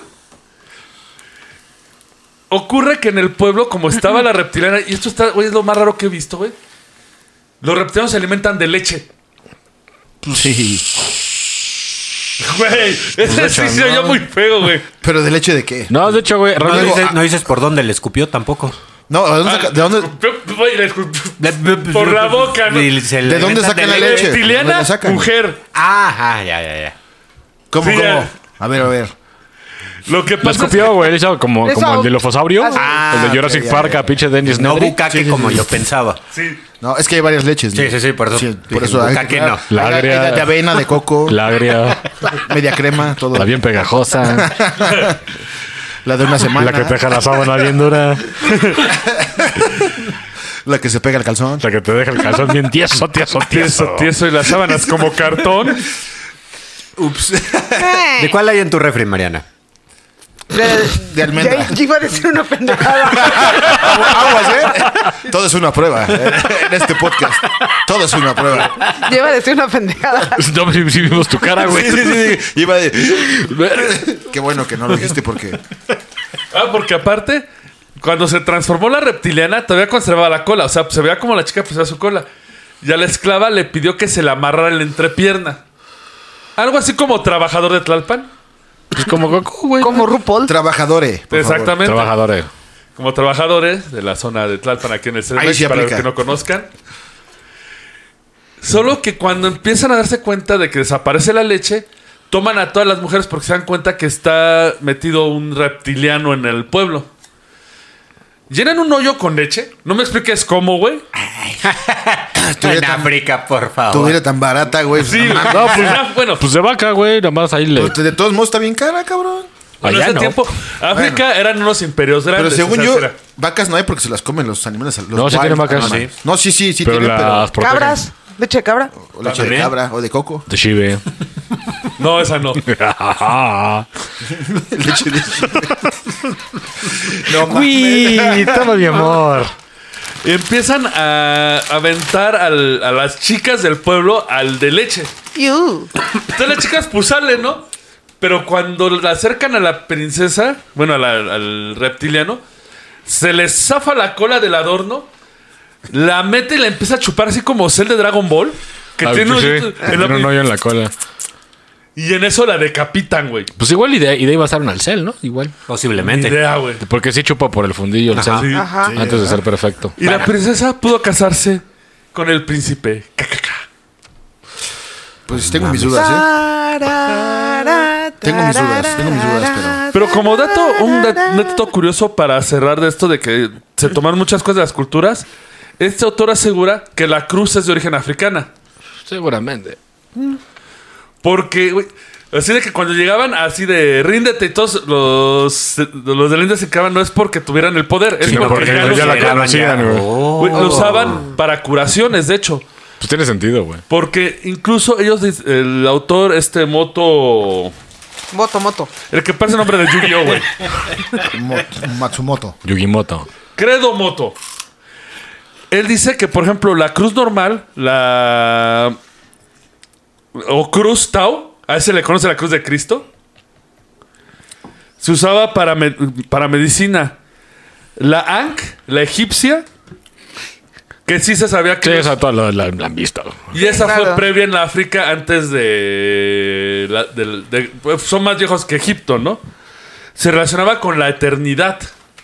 Ocurre que en el pueblo, como estaba la reptiliana, y esto está, güey, es lo más raro que he visto, güey. Los reptilianos se alimentan de leche. Sí. Güey, ese sí se oyó muy feo, güey. ¿Pero de leche de qué? No, de hecho, güey. No, realmente- dices, no dices por dónde le escupió tampoco. No, ¿de dónde, saca- de dónde, Güey, le escu- Por la boca, ¿no? Y se ¿De le dónde avientan sacan de la leche? ¿Dónde Reptiliana, la sacan? mujer. Ajá, ya, ya, ya. ¿Cómo, Sí, cómo? ya. A ver, a ver. Lo que Lo pasa es que escupió, güey. Hizo como, Eso- como el dilofosaurio. Ah, el de Jurassic ok, ya, Park, ya. a pinche Dennis No Nedry. bucaque Sí, sí, como sí. yo pensaba. sí. No, es que hay varias leches. ¿no? Sí, sí, sí, por eso. por dije, eso hay, bucaque no. La hay- agria- hay de avena, de coco, La agria, media crema, todo. la bien pegajosa. La de una semana. La que te deja la sábana bien dura. La que se pega el calzón. La que te deja el calzón bien tieso, tieso, Tieso, tieso. tieso y las sábanas como cartón. Ups. ¿De cuál hay en tu refri, Mariana? De, De almendra. Ya, ya iba a decir una pendejada. Aguas, ¿eh? Todo es una prueba. ¿eh? En este podcast. Todo es una prueba. Ya iba a decir una pendejada. No, sí, sí vimos tu cara, güey. Sí, sí, sí. Iba de... Qué bueno que no lo dijiste porque... Ah, porque aparte, cuando se transformó la reptiliana, todavía conservaba la cola. O sea, se veía como la chica pesaba su cola. Y a la esclava le pidió que se la amarrara en la entrepierna. Algo así como trabajador de Tlalpan. Pues como Goku, güey. Como RuPaul. Trabajadore. por favor. Exactamente. Trabajadores. Como trabajadores de la zona de Tlalpan aquí en el C D M Ahí sí X, para los aplica. que no conozcan. Solo que cuando empiezan a darse cuenta de que desaparece la leche, toman a todas las mujeres porque se dan cuenta que está metido un reptiliano en el pueblo. llenan un hoyo con leche. No me expliques cómo, güey. En tan- África, por favor. Tuviera tan barata, güey. Sí, No mames. no, pues ya, bueno. Pues de vaca, güey, nada más ahí le... Pues, de todos modos está bien cara, cabrón. En Allá ese no. tiempo, África eran unos imperios Pero grandes. según o sea, yo, era- vacas no hay porque se las comen los animales. Los No, sí wild tienen vacas. animals. No, sí, sí, sí pero tienen, las pero... protegen. Cabras. Leche de cabra. O leche de ¿También? cabra o de coco. De chive. No, esa no. Leche de... no Uy, toma mi amor. Empiezan a aventar al- a las chicas del pueblo al de leche. Iu. Entonces las chicas pues salen, ¿no? Pero cuando la acercan a la princesa, bueno, a la- al reptiliano, se les zafa la cola del adorno, la mete y la empieza a chupar así como Cell de Dragon Ball. Que Ah, tiene, pues sí, un- en tiene la- un hoyo en la cola. Y en eso la decapitan, güey. Pues igual y de, y de ahí pasaron al cel, ¿no? Igual. Ni Posiblemente. idea, güey. Porque sí chupa por el fundillo el Ajá. cel. Sí. Ajá. Antes de ser perfecto. Y la princesa pudo casarse con el príncipe. Ca, ca, ca. Pues tengo mis dudas, ¿eh? Tarara, Tengo mis dudas, tengo mis dudas, pero- Pero como dato, un dat- dato curioso para cerrar de esto de que se toman muchas cosas de las culturas, este autor asegura que la cruz es de origen africana. Seguramente. Porque, güey, así de que cuando llegaban así de ríndete y todos los, los de la India se quedaban, no es porque tuvieran el poder, es Sino porque, porque ya, ya lo, la conocían, güey. Oh. güey, lo usaban para curaciones, de hecho. Pues tiene sentido, güey. Porque incluso ellos, dic- el autor, este Moto, Moto, moto. el que parece nombre de Yu-Gi-Oh, güey. Mo- Matsumoto. Yugimoto. Credo Moto. Él dice que, por ejemplo, la cruz normal, la... o cruz Tau, a ese le conoce la cruz de Cristo, se usaba para, me- para medicina. La Ankh, la egipcia, que sí se sabía que... Sí, esa toda la, la- la han visto. Y esa Claro. fue previa en la África antes de, la- del- de- pues, son más viejos que Egipto, ¿no? Se relacionaba con la eternidad.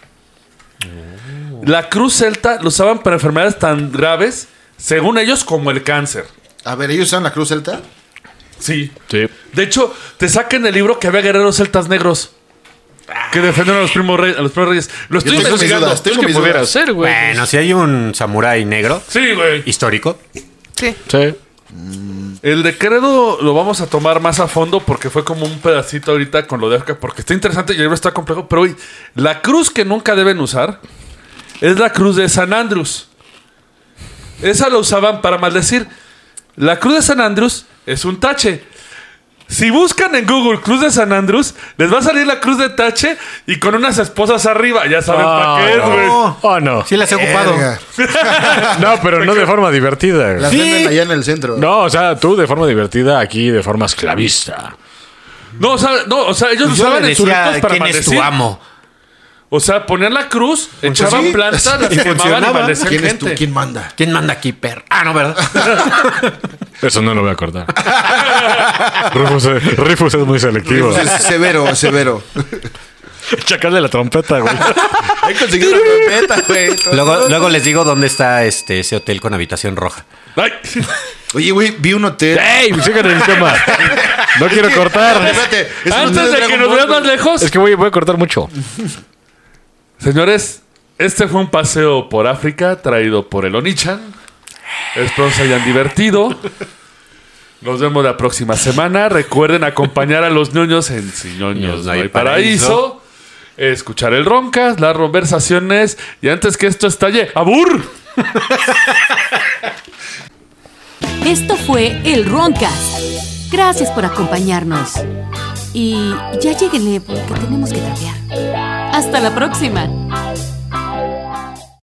La cruz celta lo usaban para enfermedades tan graves, según ellos, como el cáncer. A ver, ¿ellos usan la cruz celta? Sí. Sí. De hecho, te saquen el libro que había guerreros celtas negros que defendieron a los primos reyes. A los primos reyes. Lo estoy Yo tengo mis investigando. dudas, tengo Es que mis pudiera dudas. ser, güey. Bueno, si hay un samurái negro Sí, güey. histórico, Sí. Sí. El de Credo lo vamos a tomar más a fondo porque fue como un pedacito ahorita con lo de África, porque está interesante y el libro está complejo. Pero hoy, la cruz que nunca deben usar es la cruz de San Andrews. Esa la usaban para maldecir. La cruz de San Andrews es un tache. Si buscan en Google Cruz de San Andrews, les va a salir la cruz de tache y con unas esposas arriba. Ya saben para qué es, güey. Oh, no. sí las he ocupado. Verga. No, pero no de forma divertida. güey. Las venden allá en el centro. No, o sea, tú de forma divertida, aquí de forma esclavista. No, o sea, no, o sea ellos Yo usaban le en sus decía, ritos para ¿quién es maldecir. tu amo? O sea, ponían la cruz, echaban sí. plantas, las Y quemaban y funcionaba. maldecían ¿Quién es tú? gente. ¿Quién manda? ¿Quién manda aquí, per? Ah, no, ¿verdad? Eso no lo voy a cortar. Rufus, es- Rufus es muy selectivo. Es severo, severo. Chacal de la trompeta, güey. Hay que conseguir una trompeta, güey. luego, luego les digo dónde está este ese hotel con habitación roja. Ay. Oye, güey, vi un hotel. ¡Ey! Sigan el tema. No quiero cortar. Espérate, es un hotel Antes de que Dragon nos Ball, vean más lejos. Es que voy, voy a cortar mucho. Señores, este fue un paseo por África traído por el Onichan. Espero se hayan divertido. Nos vemos la próxima semana. Recuerden acompañar a los ñoños en Si ñoños no hay paraíso. Escuchar el Roncas, las conversaciones. Y antes que esto estalle, ¡abur! Esto fue el Roncast. Gracias por acompañarnos. Y ya lléguenle porque tenemos que trapear. Hasta la próxima.